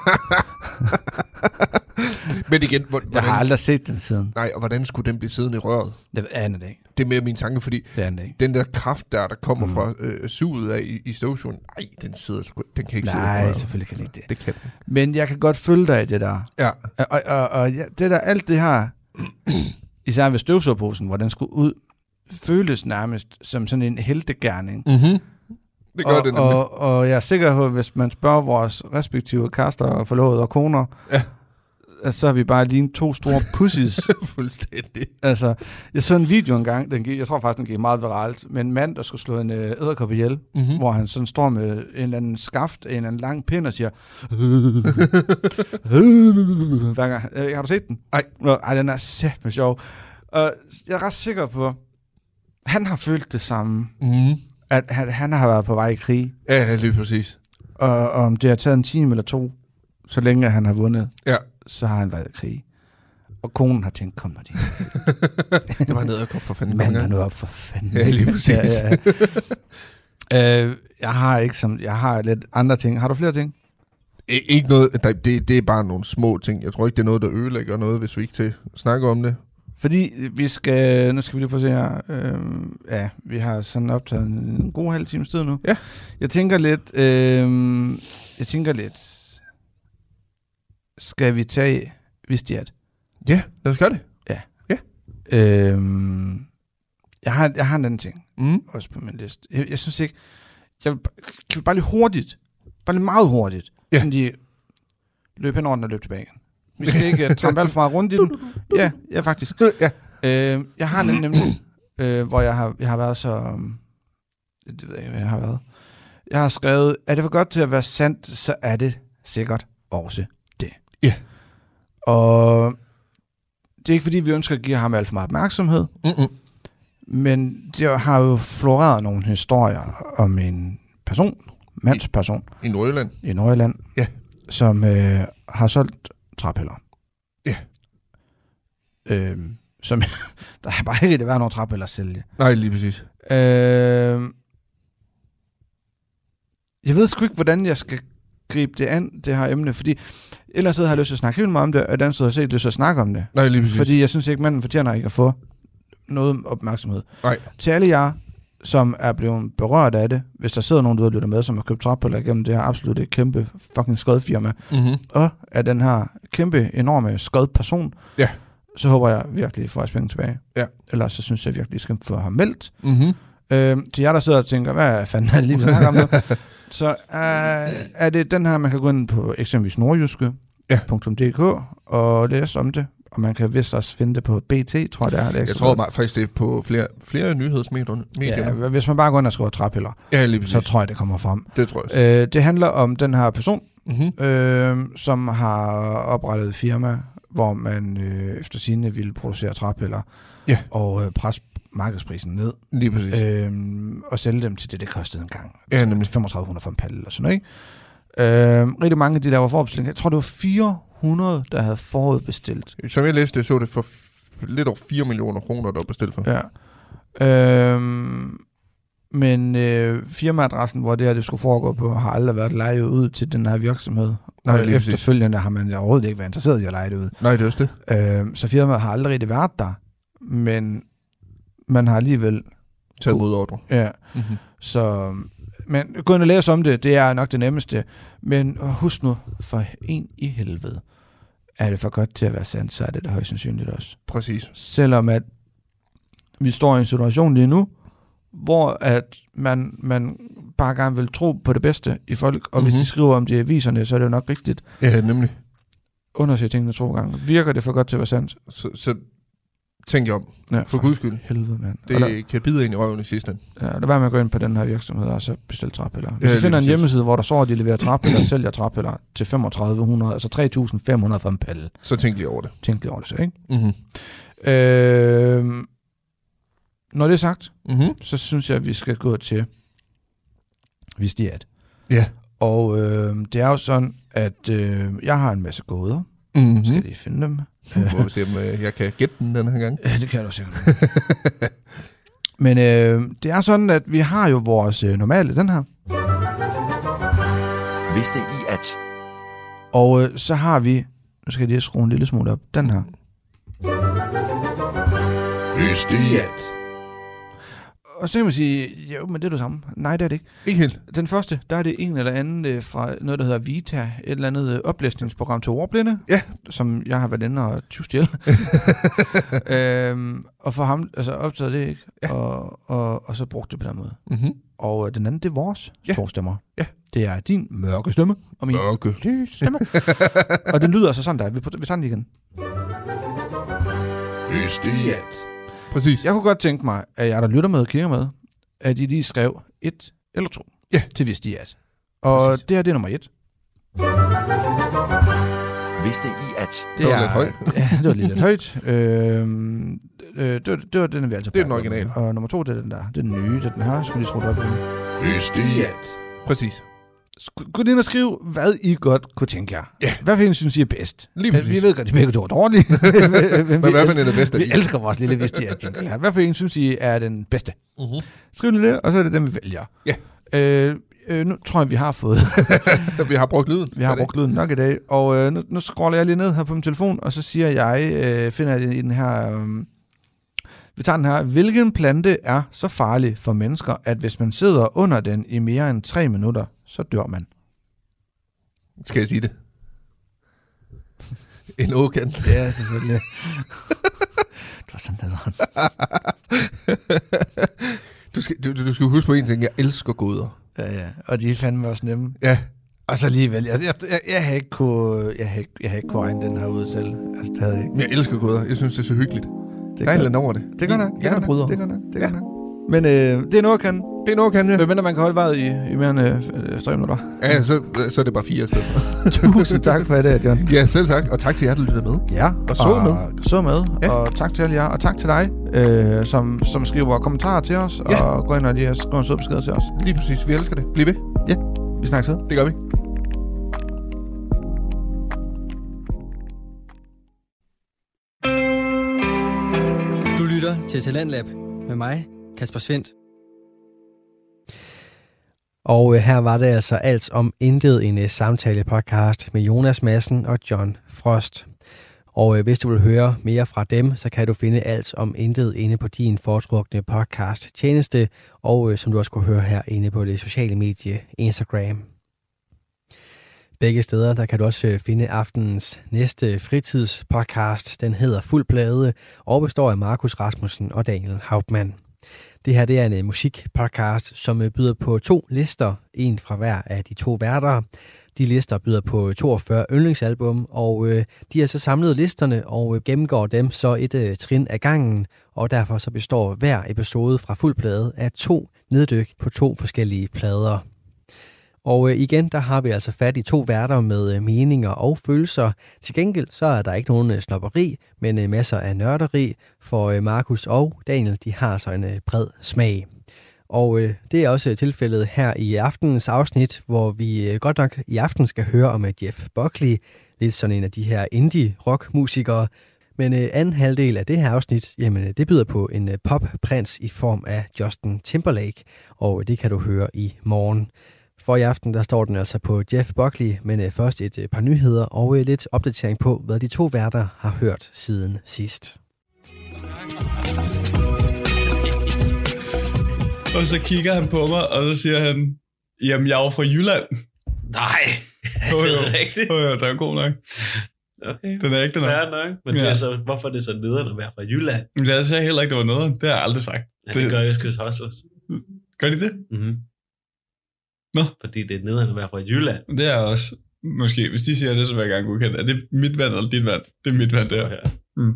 S3: Men igen, hvor,
S2: Jeg har aldrig set den siden.
S3: Nej, og hvordan skulle den blive siddende i røret?
S2: Det aner det ikke.
S3: Det er mere min tanke, fordi
S2: Det aner det ikke.
S3: den der kraft der, der kommer
S2: Mm.
S3: mm. fra øh, suget af i, i støvsugeren, nej, den sidder sgu- den kan ikke sidde i
S2: Nej,
S3: røret.
S2: selvfølgelig kan det ikke det.
S3: Det kan den.
S2: Men jeg kan godt følge dig i det der.
S3: Ja.
S2: Og, og, og, og ja, det der, alt det her, især ved støvsugerposen, hvor den skulle ud, føles nærmest som sådan en heltegerning.
S3: Mm-hmm. Det gør
S2: og,
S3: det nemlig.
S2: og, og jeg er sikker på, at hvis man spørger vores respektive kaster og forlovede og koner,
S3: Ja.
S2: så har vi bare lige to store pussies.
S3: Fuldstændig.
S2: Altså, jeg så en video engang, den gik, jeg tror faktisk, den gik meget viralt, med en mand, der skulle slå en øh, edderkop ihjel,
S3: Mm-hmm.
S2: hvor han sådan står med en eller anden skaft, en eller anden lang pind og siger, hver gang. Øh, har du set den?
S3: Nej.
S2: Nå, ej, den er sæt sjov. Og jeg er ret sikker på, han har følt det samme,
S3: Mm-hmm.
S2: at han, han har været på vej i krig,
S3: Ja, lige præcis.
S2: og, og om det har taget en time eller to, så længe han har vundet,
S3: Ja.
S2: så har han været i krig. Og konen har tænkt, kom med det.
S3: Det var ned og kom for fanden.
S2: Mand er nu op for fanden.
S3: Ja, lige præcis.
S2: ja, ja. øh, jeg har ikke som, jeg har lidt andre ting. Har du flere ting?
S3: I- ikke noget, der, det, det er bare nogle små ting. Jeg tror ikke, det er noget, der ødelægger noget, hvis vi ikke til snakker om det. Fordi
S2: Vi skal, nu skal vi lige prøve at se her. Øh, ja, vi har sådan optaget en god halv time tid nu.
S3: Ja.
S2: Jeg tænker lidt, øh, jeg tænker lidt, skal vi tage Vistiat?
S3: Ja, lad os gøre det.
S2: Øh, jeg har, jeg har en anden ting.
S3: Mm.
S2: Også på min liste. Jeg, jeg synes ikke, jeg vil, kan vi bare lige hurtigt, bare lige meget hurtigt,
S3: Ja.
S2: sådan lige løbe hen over den og løbe tilbage igen. Vi skal ikke uh, trampe alt for meget rundt i den. Ja, ja faktisk.
S3: Ja.
S2: Øh, jeg har den nemlig, øh, hvor jeg har, jeg har været så, um, det ved jeg ikke, hvad jeg har været. Jeg har skrevet, er det for godt til at være sandt, så er det sikkert også det.
S3: Ja.
S2: Og det er ikke fordi, vi ønsker at give ham alt for meget opmærksomhed,
S3: Mm-mm.
S2: men det har jo floreret nogle historier om en person, mandsperson
S3: I Nordjylland.
S2: i Nordjylland,
S3: Ja.
S2: som øh, har solgt træpiller.
S3: Ja.
S2: Øhm, som, der har bare ikke rigtig været nogen træpiller at sælge.
S3: Nej, lige præcis.
S2: Øh, jeg ved sgu ikke, hvordan jeg skal gribe det an, det her emne, fordi ellers har jeg lyst til at snakke helt meget om det, og et andet sted har jeg set lyst til at snakke om det.
S3: Nej, lige præcis.
S2: Fordi jeg synes ikke, manden fortjener ikke at få noget opmærksomhed.
S3: Nej.
S2: Til alle jer, som er blevet berørt af det, hvis der sidder nogen derude og lytter med, som har købt træpiller igennem det her absolut et kæmpe fucking skadfirma,
S3: Mm-hmm.
S2: og er den her kæmpe, enorme skadperson,
S3: Ja.
S2: så håber jeg virkelig, at få jeres penge tilbage.
S3: Ja.
S2: Ellers så synes jeg virkelig, at I skal få ham meldt.
S3: Mm-hmm.
S2: Øhm, til jer, der sidder og tænker, hvad fanden er det lige, vi snakker om nu? Så øh, er det den her, man kan gå ind på eksempelvis Nordjyske, punktum d k og læse om det. Og man kan vist også finde det på B T, tror jeg, det er. Det
S3: jeg tror meget, faktisk, det er på flere, flere nyhedsmedier.
S2: Ja, hvis man bare går ind og skriver træpiller,
S3: ja, lige
S2: så tror jeg, det kommer frem.
S3: Det tror jeg.
S2: Øh, det handler om den her person,
S3: mm-hmm.
S2: øh, som har oprettet et firma, hvor man øh, efter sigende ville producere træpiller
S3: ja.
S2: og øh, presse markedsprisen ned.
S3: Lige præcis.
S2: Øh, og sælge dem til det, det kostede en gang.
S3: Ja, nemlig.
S2: femogtredive hundrede for en palle og sådan noget, ikke? Øh, rigtig mange af de der var forudbestilling. Jeg tror, det var fire hundrede, der havde forudbestilt.
S3: Som jeg læste, så det for f- lidt over fire millioner kroner, der var bestilt for.
S2: Ja. Øh, men øh, firmaadressen, hvor det her det skulle foregå på, har aldrig været lejet ud til den her virksomhed.
S3: Nej,
S2: og efterfølgende har man overhovedet ikke været interesseret i at leje det ud.
S3: Nej, det er også det.
S2: Øh, så firmaet har aldrig rigtig været der, men man har alligevel
S3: taget mod ordre.
S2: Ja.
S3: Mm-hmm.
S2: Så, men gå ind og læse om det, det er nok det nemmeste. Men husk nu, for en i helvede, er det for godt til at være sandt, så er det det højst sandsynligt også.
S3: Præcis.
S2: Selvom at vi står i en situation lige nu, hvor at man, man bare gerne vil tro på det bedste i folk, og mm-hmm. hvis de skriver om det i aviserne, så er det jo nok rigtigt.
S3: Ja, nemlig.
S2: Undersøg tingene to gange. Virker det for godt til at være sandt?
S3: Så, så tænk jer om.
S2: Ja,
S3: for, for guds skyld.
S2: Helvede, mand.
S3: Det
S2: der,
S3: kan bide ind i røven i sidste ende.
S2: Ja, det var med at gå ind på den her virksomhed og så bestille træpiller. Hvis
S3: ja,
S2: I finder en hjemmeside, hvor der står, at de leverer træpiller og sælger træpiller til femogtredive hundrede, altså tre tusind fem hundrede for en palle.
S3: Så tænk lige over det.
S2: Tænk lige over det så, ikke?
S3: Mm-hmm.
S2: Øh, når det er sagt,
S3: mm-hmm.
S2: så synes jeg, at vi skal gå til Vistiat.
S3: Ja.
S2: Og øh, det er jo sådan, at øh, jeg har en masse gåder.
S3: Mm-hmm.
S2: Skal lige finde dem.
S3: Må vi se, om øh, jeg kan gætte den den her gang.
S2: Ja, det kan jeg da sikkert. Men øh, det er sådan, at vi har jo vores øh, normale, den her.
S4: Vidste I at...
S2: Og øh, så har vi, nu skal jeg lige skrue en lille smule op, den her.
S4: Vidste I at...
S2: Og så kan man sige, jo, men det er det samme. Nej, det er det ikke.
S3: Ikke helt.
S2: Den første, der er det en eller anden øh, fra noget, der hedder Vita, et eller andet øh, oplæsningsprogram til ordblinde,
S3: ja.
S2: Som jeg har været inde og tyvstjæl. øhm, og for ham, altså optaget det ikke, ja. og, og, og så brugte det på den måde.
S3: Mm-hmm.
S2: Og øh, den anden, det er vores
S3: ja.
S2: to stemmer.
S3: Ja.
S2: Det er din mørke stemme, og min
S3: mørke
S2: lyse stemme. Og den lyder altså sådan der. Vi, vi tager den igen.
S4: Vidste I at...
S3: Præcis.
S2: Jeg kunne godt tænke mig, at jeg der lytter med og kigger med, at I lige skrev et eller to
S3: ja.
S2: til Vidste I at. Og præcis. Det her, det er nummer et.
S4: Vidste I at...
S2: Det,
S3: det var
S2: er,
S3: lidt højt.
S2: Ja, det var lige lidt højt. Øhm, øh, det, var, det var den, vi altid
S3: det er den originale.
S2: Og nummer to, det er den der. Det er den nye, det er den her. Skal vi lige skrue det op igen.
S4: Vidste I at...
S3: Præcis.
S2: Gå ind og skrive, hvad I godt kunne tænke jer.
S3: Ja.
S2: Hvad for en synes I er bedst?
S3: Lige præcis.
S2: Vi ved godt, de begge to er dårlige.
S3: Men hvad for en er det bedste?
S2: Vi elsker vores lille Vidste I at jingle her. Hvad for en synes I er den bedste?
S3: Uh-huh.
S2: Skriv det der, og så er det dem, vi vælger.
S3: Ja.
S2: Øh, øh, nu tror jeg, vi har fået...
S3: vi har brugt lyden.
S2: Vi har brugt lyden nok i dag. Og øh, nu, nu scroller jeg lige ned her på min telefon, og så siger jeg, øh, finder jeg i den her... Øh, vi tager den her. Hvilken plante er så farlig for mennesker, at hvis man sidder under den i mere end tre minutter, så dør man?
S3: Skal jeg sige det? En åkan.
S2: Ja, selvfølgelig. Det var sådan, det var.
S3: du, skal, du, du skal huske på en ting. Jeg elsker gåder.
S2: Ja, ja. Og de er fandme også nemme.
S3: Ja.
S2: Og så alligevel. Jeg, jeg, jeg, jeg har ikke kunne, jeg har ikke, jeg har ikke kunne regne den her ud selv. Altså, det havde jeg ikke.
S3: Men jeg elsker gåder. Jeg synes, det er så hyggeligt.
S2: Det
S3: der er lidt over det.
S2: Det gør nok.
S3: Jeg er bryder.
S2: Det gør nok. Det gør nok. Men øh, det er noget, kan.
S3: Det er noget, kan, ja.
S2: Men man kan holde vejret i, i mere end øh, tre minutter.
S3: Ja, så, så er det bare fire steder.
S2: Tusind tak for i dag, John.
S3: Ja, selv tak. Og tak til jer, der lytter med.
S2: Ja.
S3: Og så
S2: og
S3: med.
S2: Så med.
S3: Ja.
S2: Og tak til alle jer. Og tak til dig, øh, som, som skriver kommentarer til os. Ja. Og går ind og lige skriver en sød besked til os.
S3: Lige præcis. Vi elsker det. Bliv ved.
S2: Ja. Vi snakkes ved.
S3: Det gør vi.
S1: Du lytter til Talentlab med mig, Kasper Svendt. Og her var det altså alt om intet, en samtale-podcast med Jonas Madsen og John Frost. Og hvis du vil høre mere fra dem, så kan du finde alt om intet inde på din foretrukne podcast tjeneste, og som du også kunne høre her inde på det sociale medie Instagram. Begge steder, der kan du også finde aftenens næste fritidspodcast. Den hedder Fuld Plade og består af Markus Rasmussen og Daniel Hauptmann. Det her det er en uh, musikpodcast, som uh, byder på to lister, en fra hver af de to værter. De lister byder på toogfyrre yndlingsalbum, og uh, de har så samlet listerne og uh, gennemgår dem så et uh, trin ad gangen, og derfor så består hver episode fra fuld plade af to neddyk på to forskellige plader. Og øh, igen, der har vi altså fat i to værter med øh, meninger og følelser. Til gengæld så er der ikke nogen øh, snobberi, men øh, masser af nørderi, for øh, Markus og Daniel, de har altså en øh, bred smag. Og øh, det er også tilfældet her i aftenens afsnit, hvor vi øh, godt nok i aften skal høre om øh, Jeff Buckley, lidt sådan en af de her indie-rock-musikere. Men øh, anden halvdel af det her afsnit, jamen øh, det byder på en øh, pop-prins i form af Justin Timberlake, og øh, det kan du høre i morgen. For i aften, der står den altså på Jeff Buckley, men øh, først et øh, par nyheder og øh, lidt opdatering på, hvad de to værter har hørt siden sidst.
S5: Og så kigger han på mig, og så siger han, jamen jeg er jo fra Jylland.
S6: Nej, er det
S5: oh,
S6: rigtigt?
S5: Åh oh, ja, den er god nok.
S6: Okay,
S5: den er ikke den
S6: fair nok. Men ja. Det er så, hvorfor er det så nederen at være fra Jylland?
S5: Men jeg sagde heller ikke, det var nederen. Det har jeg aldrig sagt.
S6: Ja, det, det gør Østkyst Hustlers.
S5: Gør de det?
S6: Mhm.
S5: Nå.
S6: Fordi det er nederen at være fra Jylland.
S5: Det er også, måske, hvis de siger det, så vil jeg gerne godkende. Er det mit vand eller dit vand? Det er mit vand, det her.
S6: Ja.
S5: Mm.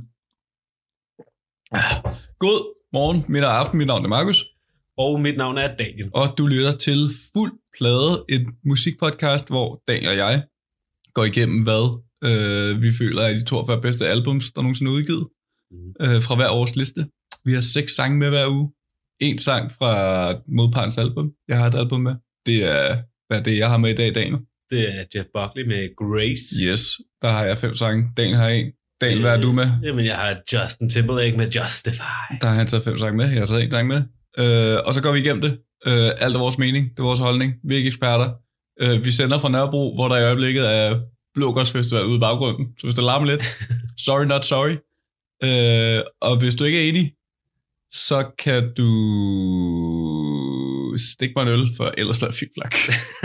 S5: God morgen, middag og aften. Mit navn er Markus.
S6: Og mit navn er Daniel.
S5: Og du lytter til Fuld Plade, et musikpodcast, hvor Daniel og jeg går igennem, hvad øh, vi føler er de toogfyrre bedste albums, der nogensinde er udgivet, mm. øh, fra hver års liste. Vi har seks sange med hver uge. En sang fra modpartens album. Jeg har et album med. Det er, hvad er det, jeg har med i dag, Daniel?
S6: Det er Jeff Buckley med Grace.
S5: Yes, der har jeg fem sange. Daniel har en. Daniel, hvad er du med?
S6: Jamen, jeg har Justin Timberlake med Justify.
S5: Der har han taget fem sange med. Jeg har taget en sang med. Øh, og så går vi igennem det. Øh, alt er vores mening. Det er vores holdning. Vi er ikke eksperter. Øh, vi sender fra Nørrebro, hvor der i øjeblikket er Blågårdsfestival ude i baggrunden. Så hvis det larmer lidt, sorry not sorry. Øh, og hvis du ikke er enig, så kan du stikke mig en øl, for ellers lader fik flak.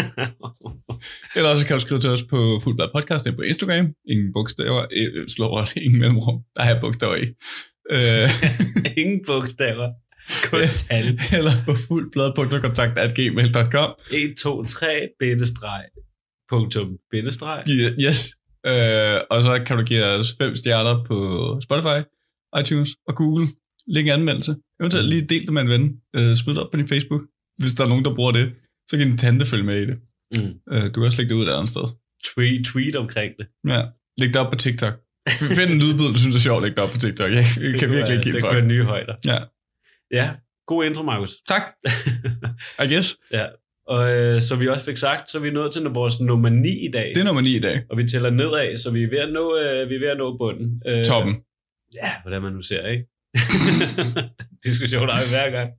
S5: Eller så kan du skrive til os på Fuldblad Podcast på Instagram. Ingen bogstaver, slår ingen mellemrum. Der er bogstaver i. Øh.
S6: Ingen bogstaver. Kun tal.
S5: Eller på fuldblad punktum kontakt at gmail punktum com.
S6: et, to, tre, bindestreg, punktum, bindestreg.
S5: Yes. Øh, og så kan du give os fem stjerner på Spotify, iTunes og Google. Læg en anmeldelse. Eventuelt lige del det med en ven. Øh, smid det op på din Facebook. Hvis der er nogen, der bruger det, så kan din tante følge med i det. Mm. Øh, du kan også lægge det ud et andet sted.
S6: Tweet, tweet omkring det.
S5: Ja. Læg det op på TikTok. Find en lydbid, du synes er sjovt, læg det op på TikTok. Jeg kan
S6: det
S5: virkelig ikke give
S6: det.
S5: Det
S6: kører nye højder.
S5: Ja.
S6: Ja, god intro, Markus.
S5: Tak. I guess.
S6: Ja. Og øh, så vi også fik sagt, så er vi nået til vores nummer ni i dag.
S5: Det er nummer ni i dag.
S6: Og vi tæller nedad, så vi er ved at nå, øh, vi er ved at nå bunden. Øh,
S5: Toppen.
S6: Ja, hvordan man nu ser, ikke? Diskussion er hver gang.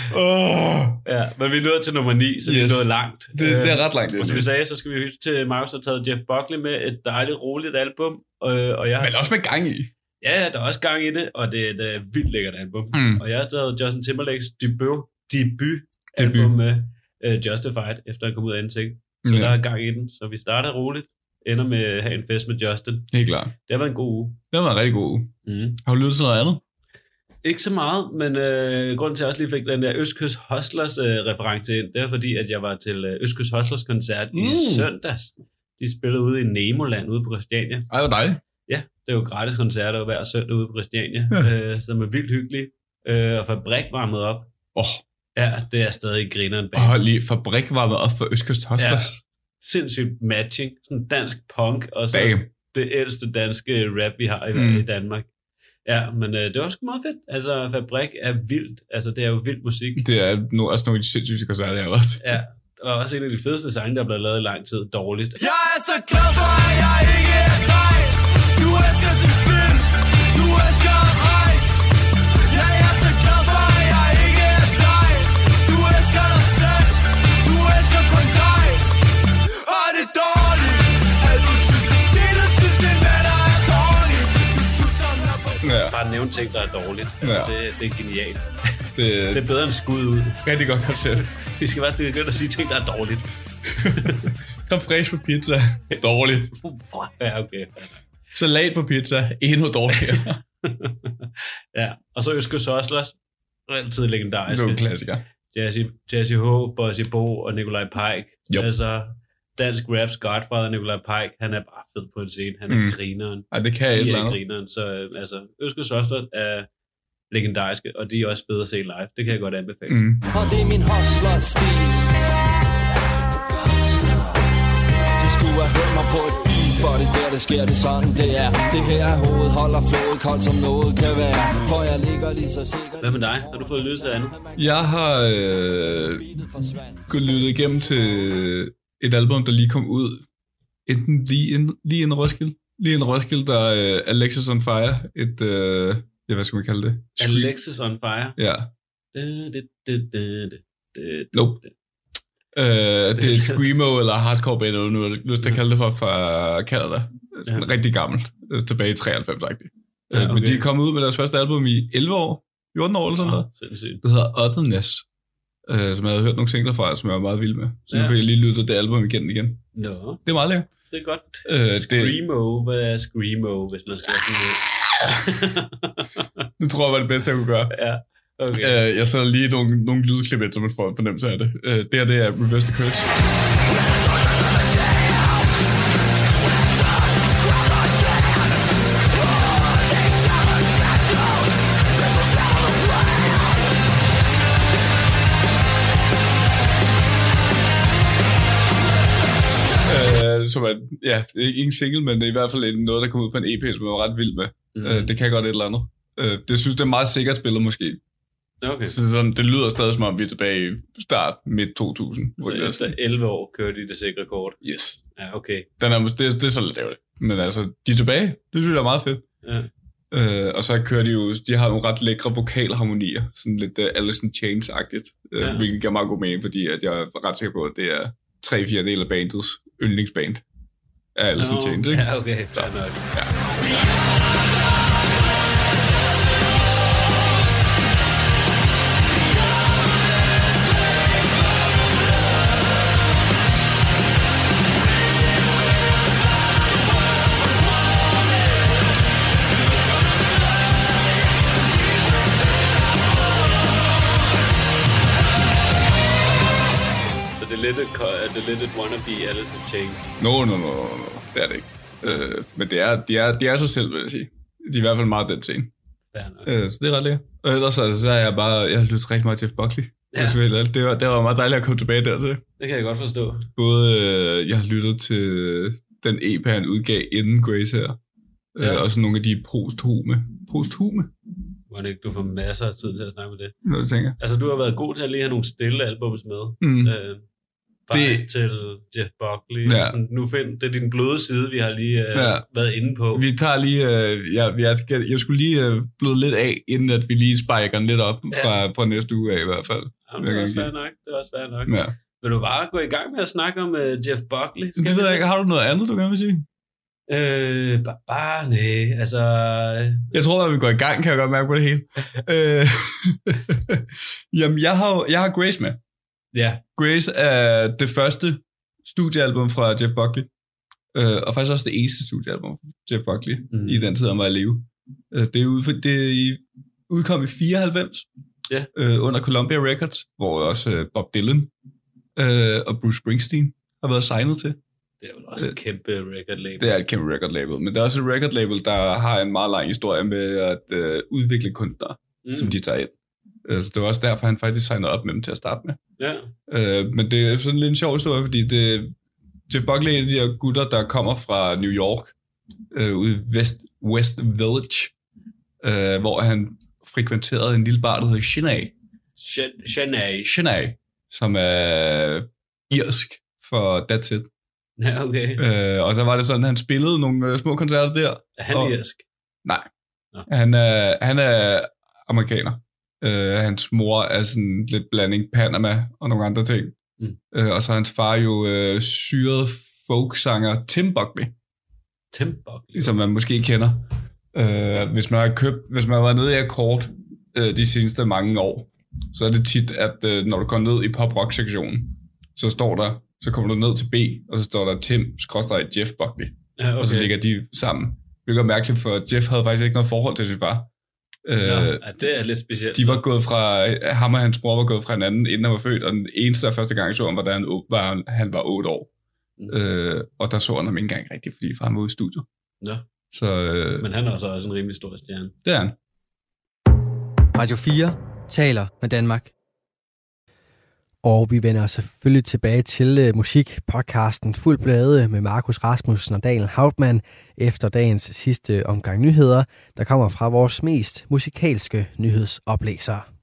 S5: Oh.
S6: Ja, men vi er nået til nummer ni, så yes. vi er nået langt.
S5: Det, det er ret langt.
S6: Og som vi sagde, så skal vi huske til, Markus har taget Jeff Buckley med et dejligt, roligt album. Og, og jeg har
S5: men også med gang i.
S6: Ja, der er også gang i det, og det er et uh, vildt lækkert album. Mm. Og jeg har taget Justin Timberlakes debut, debut album med uh, Justified, efter han kom ud af N Sync. Så mm. der er gang i den. Så vi starter roligt, ender med at have en fest med Justin.
S5: Helt klart.
S6: Det har været en god uge.
S5: Det har været en rigtig god uge. Mm. Har du lyttet til noget andet?
S6: Ikke så meget, men øh, grunden til, at jeg også lige fik den der Østkyst Hustlers øh, reference ind, det er fordi, at jeg var til øh, Østkyst Hustlers koncert mm. i søndags. De spillede ude i Nemoland ude på Christiania.
S5: Ej, hvor dejligt.
S6: Ja, det er jo gratis koncerter hver søndag ude på Christiania, ja. øh, som er vildt hyggelige. Øh, og Fabrik varmet op.
S5: Åh. Oh.
S6: Ja, det er stadig grineren bag.
S5: Åh, oh, lige Fabrik varmet op for Østkyst Hustlers.
S6: Ja, sindssygt matching. Sådan dansk punk, og så Damn. Det ældste danske rap, vi har i, mm. i Danmark. Ja, men øh, det var sgu meget fedt. Altså, Fabrik er vildt. Altså, det er jo vild musik.
S5: Det er nu også nogle af de sindssyge koncerter, jeg også.
S6: Ja, og også en af de fedeste sange, der er blevet lavet i lang tid. Dårligt.
S7: Jeg er så glad for, at jeg ikke er dig. Du elsker sin film. Du elsker at rejse. Jeg er så glad for, at jeg ikke er dig. Du elsker dig selv. Du elsker kun dig. Og det er dårligt. At du synes, at stille synes, det er hvad der er dårligt. Du samler på...
S6: Ja. Bare nævne ting, der er dårligt. Altså, ja. det, det er genialt.
S5: Det,
S6: det er bedre end skud ud.
S5: Rigtig godt koncept.
S6: Vi skal bare begynde at sige ting, der er dårligt.
S5: Kom fresh på pizza. Dårligt.
S6: Ja, okay.
S5: Salat på pizza. Endnu dårligere.
S6: Ja, og så Østkyst Hustlers. altid legendariske.
S5: Det er en klassiker.
S6: Jazzy, Jazzy H, Bossy Bo og Nikolaj Pike.
S5: Yep.
S6: Altså, dansk raps godfather Nikolaj Pike, han er bare fed på en scene. Han er
S5: Mm.
S6: grineren.
S5: Ej, det kan jeg
S6: De
S5: et eller
S6: er
S5: andet.
S6: grineren. Så øh, altså, Øske Søster er legendariske, og de er også fede at se live. Det kan jeg godt anbefale.
S5: Mm.
S8: Og det er min hustler-stil. De skulle have hørt mig på et beat, for det der, det sker, det sådan, det er. Det her er hoved, holder flået koldt som noget kan være. For jeg ligger lige så sikkert.
S6: Hvad med dig? Har du fået lyttet til andet?
S5: Jeg har øh, gået lyttet igennem til et album, der lige kom ud. Enten lige inden, lige inden Roskilde. Lige inden Roskilde, der er uh, Alexis on Fire. Et, øh, ja, hvad skal man kalde det? Scream.
S6: Alexis on Fire.
S5: Ja.
S6: Det, det, det, det, det, det.
S5: Nope. Uh, det er et screamo eller hardcore band, eller nu har jeg lyst til at kalde det for, fra Canada.
S6: Ja.
S5: Rigtig gammelt. Tilbage i treoghalvfems-agtigt.
S6: Ja,
S5: Ja, okay. Men
S6: okay.
S5: de er kommet ud med deres første album i elleve år. fjorten år eller sådan noget.
S6: Ah, sindssygt.
S5: Det hedder Otherness. Uh, som jeg havde hørt nogle singler fra, som jeg var meget vild med. Så nu
S6: Ja.
S5: fik jeg lige lyttet det album igen igen.
S6: Nå,
S5: Det er meget lækkert.
S6: det er godt.
S5: Øh, det-
S6: Screamo, hvad er Screamo, hvis man skal sådan lidt?
S5: Det tror jeg var det bedste, jeg kunne gøre.
S6: Ja, okay.
S5: Uh, jeg sætter lige nogle, nogle lydklip ind, så man får en fornemmelse af det. Uh, det her, det er Reverse the Curse. Uh, som er, ja, det er ikke en single, men det er i hvert fald en- noget, der kommer ud på en E P, som jeg var ret vild med.
S6: Mm.
S5: Uh, det kan godt et eller andet. Uh, det synes det er meget sikkert spillet måske.
S6: Okay.
S5: Så sådan, det lyder stadig som om, vi er tilbage i start midt to tusind.
S6: Så efter elleve år kører de det sikre kort.
S5: Yes.
S6: Ja, okay.
S5: Den er, mås- det, er- det er så lidt ærgerligt. Men altså, de er tilbage. Det synes jeg er meget fedt.
S6: Ja.
S5: Uh, og så kører de jo, de har nogle ret lækre vokalharmonier. Sådan lidt uh, Alice in Chains-agtigt. Uh,
S6: Ja.
S5: Hvilket giver meget god mening, fordi at jeg er ret sikker på, at det er tre fire dele af bandets yndlingsband af Alice in
S6: Nå,
S5: Chains, ikke?
S6: Ja, okay. Fair nok. Så det er lidt et, ko- er det lidt et wannabe Alice in Chains.
S5: Nå, no, no, no, no, no. Det er det ikke. Uh, men det er, de, er, de er sig selv, vil jeg sige. De er i hvert fald meget den scene.
S6: Fair nok.
S5: Uh, så det er ret lækkert. Og ellers så, så er jeg bare, jeg har lyttet rigtig meget til Jeff Buckley.
S6: Ja.
S5: Ja. Det, var, det var meget dejligt at komme tilbage dertil.
S6: Det kan jeg godt forstå.
S5: Både, øh, jeg har lyttet til den E P, han udgav inden Grace her.
S6: Ja.
S5: Ja. Øh, og så nogle af de posthume. Posthume?
S6: Hvordan ikke du får masser af tid til at snakke med det.
S5: Når du tænker.
S6: Altså, du har været god til at lige have nogle stille albums med.
S5: Mm.
S6: Øh, faktisk til Jeff Buckley.
S5: Ja.
S6: Sådan, nu find, det er din bløde side, vi har lige øh,
S5: Ja.
S6: været inde på.
S5: Vi tager lige, øh, jeg, jeg, skal, jeg skulle lige øh, bløde lidt af, inden at vi lige spiker den lidt op fra, fra næste uge af i hvert fald.
S6: Jamen, det er også fair nok. Det er også fair nok.
S5: Ja.
S6: Vil du bare gå i gang med at snakke om uh, Jeff Buckley? Skal
S5: Det
S6: vi
S5: ved jeg
S6: det?
S5: ikke. Har du noget andet, du gerne vil sige?
S6: Øh, bare, bare nej. Altså,
S5: Jeg tror, at vi går i gang, kan jeg godt mærke på det hele. øh, Jamen, jeg har, jo- jeg har Grace med.
S6: ja.
S5: Grace er det første studiealbum fra Jeff Buckley. Øh, og faktisk også det eneste studiealbum fra Jeff Buckley
S6: Mm.
S5: mm. i den tid, han var i live. Øh, det, er ud, for, det er i, udkom i fireoghalvfems
S6: Ja.
S5: øh, under Columbia Records, hvor også øh, Bob Dylan øh, og Bruce Springsteen har været signet til.
S6: Det er jo også et kæmpe record label.
S5: Det er et kæmpe record label, men det er også et record label, der har en meget lang historie med at øh, udvikle kunstnere, mm. som de tager ind. Øh, så det var også derfor, han faktisk signede op med dem til at starte med.
S6: Ja.
S5: Øh, men det er sådan lidt en sjov historie, fordi det, Jeff Buckley er en af de her gutter, der kommer fra New York, øh, ude i West, West Village, øh, hvor han frekventerede en lille bar, der hedder Shinay.
S6: Shanay.
S5: Shinay, som er irsk for That's It.
S6: Ja, okay.
S5: Øh, og så var det sådan, at han spillede nogle øh, små koncerter der.
S6: Er han
S5: og-
S6: irsk?
S5: Nej.
S6: Nå.
S5: Han er, han er amerikaner. Øh, hans mor er sådan lidt blanding Panama og nogle andre ting.
S6: Mm.
S5: Øh, og så er hans far jo øh, syret folksanger Tim Buckley,
S6: Tim Buckley.
S5: som man måske kender. Øh, hvis man har købt, hvis man har været nede i akkord øh, de seneste mange år, så er det tit, at øh, når du går ned i pop-rock-sektionen, så står der, så kommer du ned til B, og så står der Tim, skråstreg Jeff Buckley.
S6: Ja, okay.
S5: Og så ligger de sammen. Hvilket er mærkeligt, for Jeff havde faktisk ikke noget forhold til sin far. Øh,
S6: ja, det er lidt specielt.
S5: De var gået fra, ham og hans bror var gået fra hinanden, inden han var født, og den eneste og første gang, jeg så ham, var, da han var, han var otte år. Mm. Øh, og der så han ham ikke engang rigtigt, fordi far han var ude i studiet.
S6: Ja.
S5: Så, øh,
S6: Men han er også, også en rimelig stor stjerne.
S5: Det er han.
S1: Radio fire taler med Danmark. Og vi vender selvfølgelig tilbage til uh, musikpodcasten Fuld Plade med Markus Rasmussen og Daniel Hauptmann efter dagens sidste omgang nyheder, der kommer fra vores mest musikalske nyhedsoplæsere.